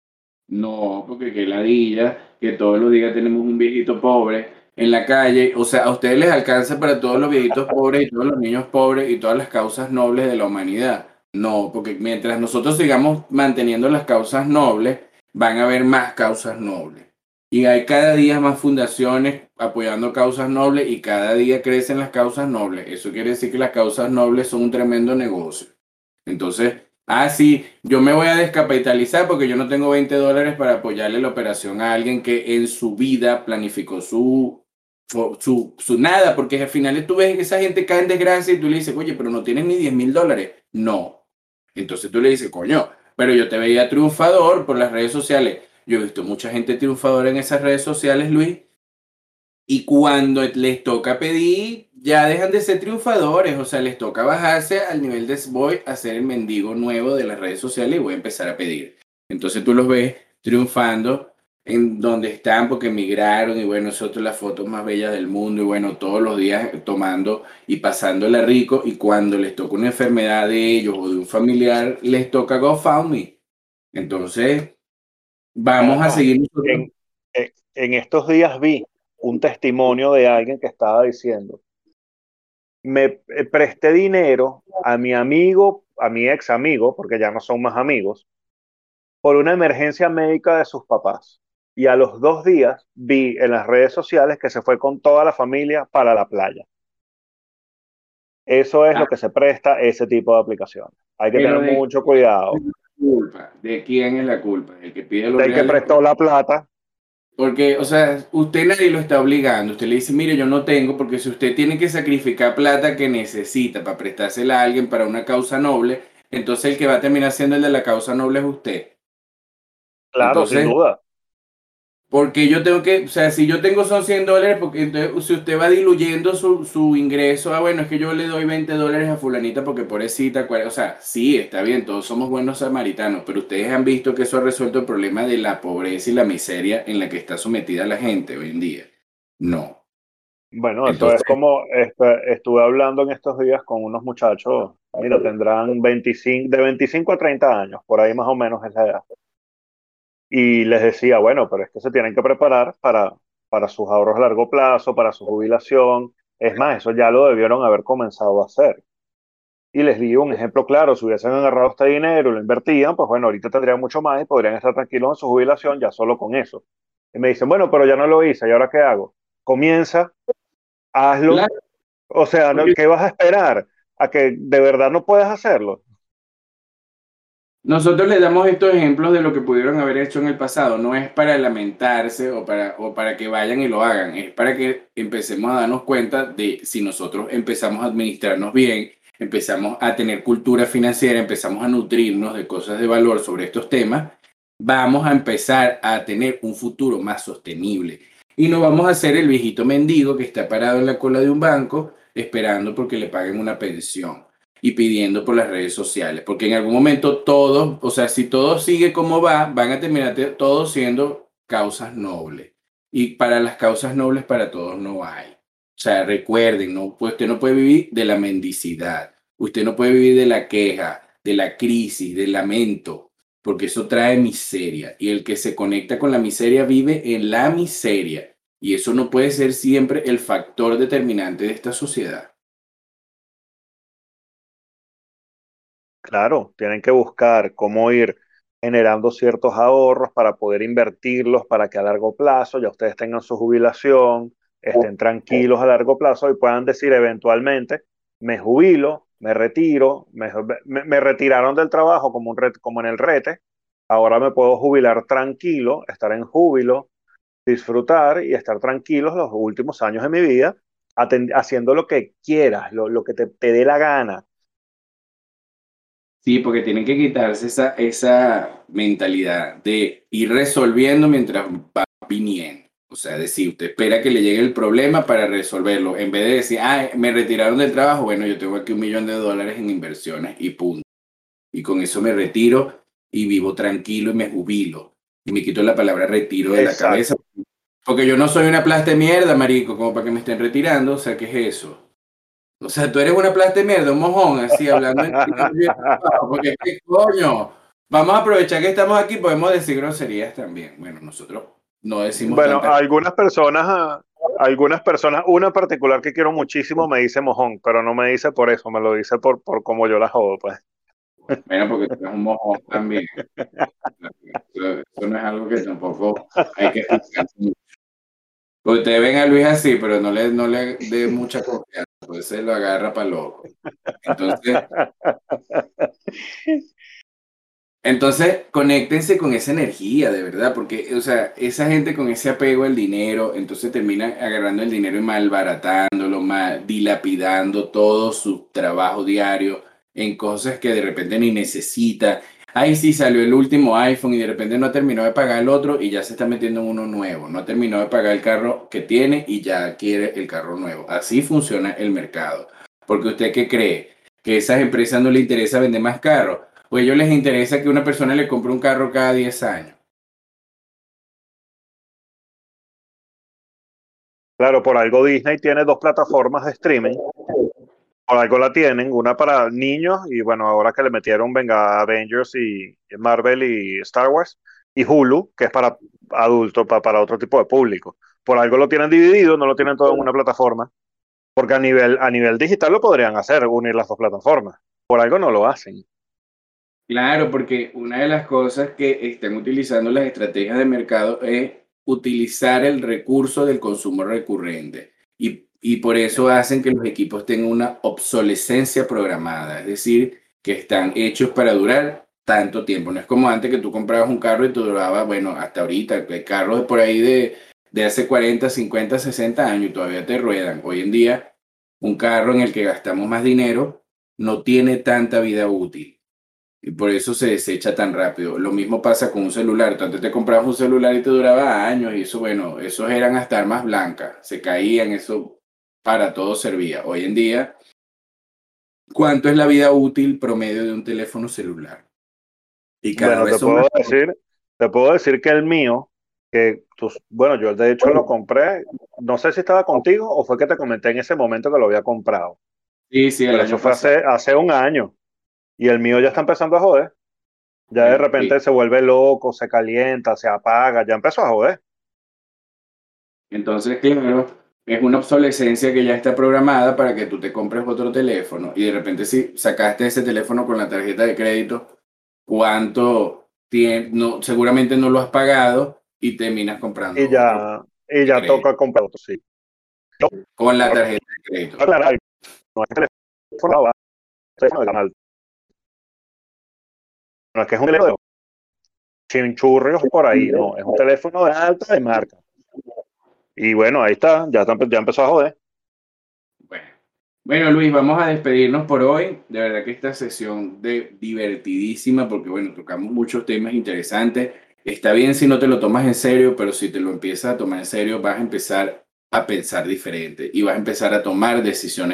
no, porque qué ladilla, que todos los días tenemos un viejito pobre en la calle. O sea, a ustedes les alcanza para todos los viejitos pobres y todos los niños pobres y todas las causas nobles de la humanidad. No, porque mientras nosotros sigamos manteniendo las causas nobles, van a haber más causas nobles. Y hay cada día más fundaciones apoyando causas nobles y cada día crecen las causas nobles. Eso quiere decir que las causas nobles son un tremendo negocio. Entonces, ah, sí, yo me voy a descapitalizar porque yo no tengo veinte dólares para apoyarle la operación a alguien que en su vida planificó su, su, su, su nada, porque al final tú ves que esa gente cae en desgracia y tú le dices, oye, pero no tienes ni diez mil dólares. No. Entonces tú le dices, coño, pero yo te veía triunfador por las redes sociales. Yo he visto mucha gente triunfadora en esas redes sociales, Luis, y cuando les toca pedir, ya dejan de ser triunfadores, o sea, les toca bajarse al nivel de voy a ser el mendigo nuevo de las redes sociales y voy a empezar a pedir. Entonces tú los ves triunfando en donde están porque emigraron y bueno, nosotros las fotos más bellas del mundo y bueno, todos los días tomando y pasándola rico y cuando les toca una enfermedad de ellos o de un familiar, les toca GoFundMe. Entonces, vamos a Ajá. seguir nosotros. En, en, en estos días vi un testimonio de alguien que estaba diciendo, me eh, presté dinero a mi amigo, a mi ex amigo, porque ya no son más amigos, por una emergencia médica de sus papás. Y a los dos días vi en las redes sociales que se fue con toda la familia para la playa. Eso es Ah, lo que se presta ese tipo de aplicaciones. Hay que tener pero de mucho cuidado. culpa. ¿De quién es la culpa? ¿El que pide los Del que reales? prestó la plata, Porque, o sea, usted nadie lo está obligando. Usted le dice, mire, yo no tengo, porque si usted tiene que sacrificar plata que necesita para prestársela a alguien para una causa noble, entonces el que va a terminar siendo el de la causa noble es usted. claro, sin Entonces, duda. porque yo tengo que, o sea, si yo tengo son cien dólares, porque entonces si usted va diluyendo su, su ingreso, ah, bueno, es que yo le doy veinte dólares a fulanita porque pobrecita, cual- o sea, sí, está bien, todos somos buenos samaritanos, pero ustedes han visto que eso ha resuelto el problema de la pobreza y la miseria en la que está sometida la gente hoy en día. No. Bueno, eso Entonces, es como este, estuve hablando en estos días con unos muchachos, mira, tendrán veinticinco, de veinticinco a treinta años, por ahí más o menos es la edad. Y les decía, bueno, pero es que se tienen que preparar para, para sus ahorros a largo plazo, para su jubilación. Es más, eso ya lo debieron haber comenzado a hacer. Y les di un ejemplo claro, si hubiesen agarrado este dinero y lo invertían, pues bueno, ahorita tendrían mucho más y podrían estar tranquilos en su jubilación ya solo con eso. Y me dicen, bueno, pero ya no lo hice, ¿y ahora qué hago? Comienza, hazlo. claro, O sea, ¿no? porque ¿Qué vas a esperar? ¿A que de verdad no puedas hacerlo? nosotros les damos estos ejemplos de lo que pudieron haber hecho en el pasado. No es para lamentarse o para, o para que vayan y lo hagan. Es para que empecemos a darnos cuenta de si nosotros empezamos a administrarnos bien, empezamos a tener cultura financiera, empezamos a nutrirnos de cosas de valor sobre estos temas, vamos a empezar a tener un futuro más sostenible. Y no vamos a ser el viejito mendigo que está parado en la cola de un banco esperando porque le paguen una pensión. y pidiendo por las redes sociales, porque en algún momento todos, o sea, si todo sigue como va, van a terminar te- todos siendo causas nobles. Y para las causas nobles para todos no hay. O sea, recuerden, no, pues usted no puede vivir de la mendicidad, usted no puede vivir de la queja, de la crisis, del lamento, porque eso trae miseria. Y el que se conecta con la miseria vive en la miseria. Y eso no puede ser siempre el factor determinante de esta sociedad. Claro, tienen que buscar cómo ir generando ciertos ahorros para poder invertirlos para que a largo plazo ya ustedes tengan su jubilación, estén tranquilos a largo plazo y puedan decir eventualmente, me jubilo, me retiro, me, me- me retiraron del trabajo como, un ret- como en el rete, ahora me puedo jubilar tranquilo, estar en júbilo, disfrutar y estar tranquilos los últimos años de mi vida, aten- haciendo lo que quieras, lo, lo que te, te dé la gana. Sí, porque tienen que quitarse esa, esa mentalidad de ir resolviendo mientras va viniendo. O sea, decir, usted espera que le llegue el problema para resolverlo. En vez de decir, ah, me retiraron del trabajo, bueno, yo tengo aquí un millón de dólares en inversiones y punto. Y con eso me retiro y vivo tranquilo y me jubilo. Y me quito la palabra retiro de la cabeza. Exacto. Porque yo no soy una plasta de mierda, marico, como para que me estén retirando. O sea, ¿qué es eso? O sea, tú eres una plasta de mierda, un mojón, así, hablando en porque es que, coño, vamos a aprovechar que estamos aquí, podemos decir groserías también. Bueno, nosotros no decimos Bueno, tantas. algunas personas, ah, algunas personas, una en particular que quiero muchísimo me dice mojón, pero no me dice por eso, me lo dice por, por cómo yo la jodo, pues. Bueno, porque tú eres un mojón también. Eso, eso no es algo que tampoco hay que juzgar. Ustedes ven a Luis así, pero no le, no le dé mucha confianza, pues se lo agarra para loco. Entonces, Entonces, conéctense con esa energía, de verdad, porque, o sea, esa gente con ese apego al dinero, entonces termina agarrando el dinero y malbaratándolo, mal, dilapidando todo su trabajo diario en cosas que de repente ni necesita. Ahí sí salió el último iPhone y de repente no terminó de pagar el otro y ya se está metiendo en uno nuevo. No terminó de pagar el carro que tiene y ya quiere el carro nuevo. Así funciona el mercado. Porque usted qué cree, que a esas empresas no le interesa vender más carros. O a ellos les interesa que una persona le compre un carro cada diez años. Claro, por algo Disney tiene dos plataformas de streaming, por algo la tienen, una para niños y bueno, ahora que le metieron, venga, Avengers y y Marvel y Star Wars, y Hulu, que es para adultos, pa- para otro tipo de público. Por algo lo tienen dividido, no lo tienen todo en una plataforma, porque a nivel, a nivel digital lo podrían hacer, unir las dos plataformas. Por algo no lo hacen. Claro, porque una de las cosas que están utilizando las estrategias de mercado es utilizar el recurso del consumo recurrente. Y, y por eso hacen que los equipos tengan una obsolescencia programada, es decir, que están hechos para durar tanto tiempo. No es como antes que tú comprabas un carro y te duraba, bueno, hasta ahorita, hay carros de por ahí de, de hace cuarenta, cincuenta, sesenta años y todavía te ruedan. Hoy en día, un carro en el que gastamos más dinero no tiene tanta vida útil. Y por eso se desecha tan rápido. Lo mismo pasa con un celular. Tú antes te comprabas un celular y te duraba años y eso, bueno, esos eran hasta armas blancas. Se caían, eso para todo servía. Hoy en día, ¿cuánto es la vida útil promedio de un teléfono celular? Y cada Bueno, vez te son más. puedo decir, te puedo decir que el mío, que tus- bueno, yo de hecho lo compré, no sé si estaba contigo o fue que te comenté en ese momento que lo había comprado, Sí, sí, el pero eso año fue pasado. hace, hace un año y el mío ya está empezando a joder. Ya de Bueno, repente sí. se vuelve loco, se calienta, se apaga, ya empezó a joder. Entonces, claro, es una obsolescencia que ya está programada para que tú te compres otro teléfono y de repente si sacaste ese teléfono con la tarjeta de crédito, ¿cuánto tiempo? No, seguramente no lo has pagado y terminas comprando Y otro ya, y de ya crédito toca comprar otro, sí. No, con la pero tarjeta de crédito. aclarar, no es que el teléfono va, el teléfono de gama alta, no es que es un teléfono de chinchurrios por ahí, no, es un teléfono de alta de marca. Y bueno, ahí está, ya, está- ya empezó a joder. Bueno. Bueno, Luis, vamos a despedirnos por hoy. De verdad que esta sesión de divertidísima porque, bueno, tocamos muchos temas interesantes. Está bien si no te lo tomas en serio, pero si te lo empiezas a tomar en serio, vas a empezar a pensar diferente y vas a empezar a tomar decisiones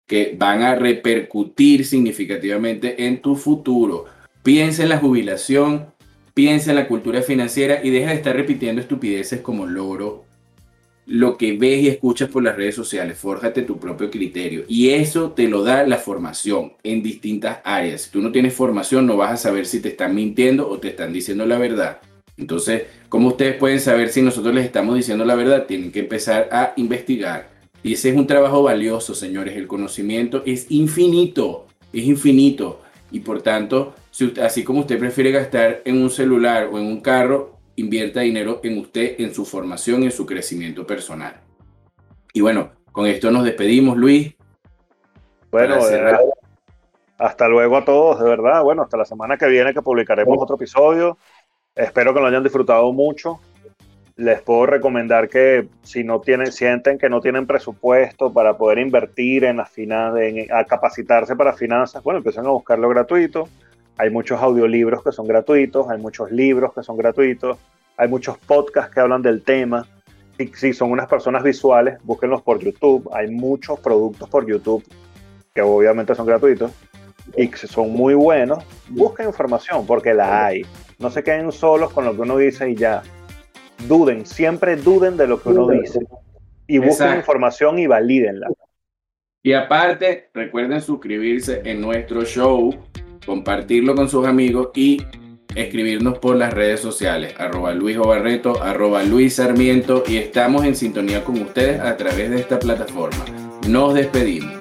que van a repercutir significativamente en tu futuro. Piensa en la jubilación, piensa en la cultura financiera y deja de estar repitiendo estupideces como logro lo que ves y escuchas por las redes sociales. Fórjate tu propio criterio y eso te lo da la formación en distintas áreas. Si tú no tienes formación, no vas a saber si te están mintiendo o te están diciendo la verdad. Entonces, ¿cómo ustedes pueden saber si nosotros les estamos diciendo la verdad? Tienen que empezar a investigar. Y ese es un trabajo valioso, señores. El conocimiento es infinito, es infinito. Y por tanto, si usted, así como usted prefiere gastar en un celular o en un carro, invierta dinero en usted, en su formación y en su crecimiento personal. Y bueno, con esto nos despedimos, Luis. Bueno, eh, hasta luego a todos, de verdad. Bueno, hasta la semana que viene que publicaremos otro episodio. Espero que lo hayan disfrutado mucho. Les puedo recomendar que si no tienen, sienten que no tienen presupuesto para poder invertir en las finanzas, en, a capacitarse para finanzas, bueno, empiecen a buscarlo gratuito. Hay muchos audiolibros que son gratuitos, hay muchos libros que son gratuitos, hay muchos podcasts que hablan del tema. Si, si son unas personas visuales, búsquenlos por YouTube. Hay muchos productos por YouTube que obviamente son gratuitos y que son muy buenos. Busquen información porque la hay. No se queden solos con lo que uno dice y ya. Duden, siempre duden de lo que uno dice y busquen Exacto. información y valídenla. Y aparte, recuerden suscribirse en nuestro show, compartirlo con sus amigos y escribirnos por las redes sociales, arroba Luis Barreto, arroba Luis Sarmiento, y estamos en sintonía con ustedes a través de esta plataforma. Nos despedimos.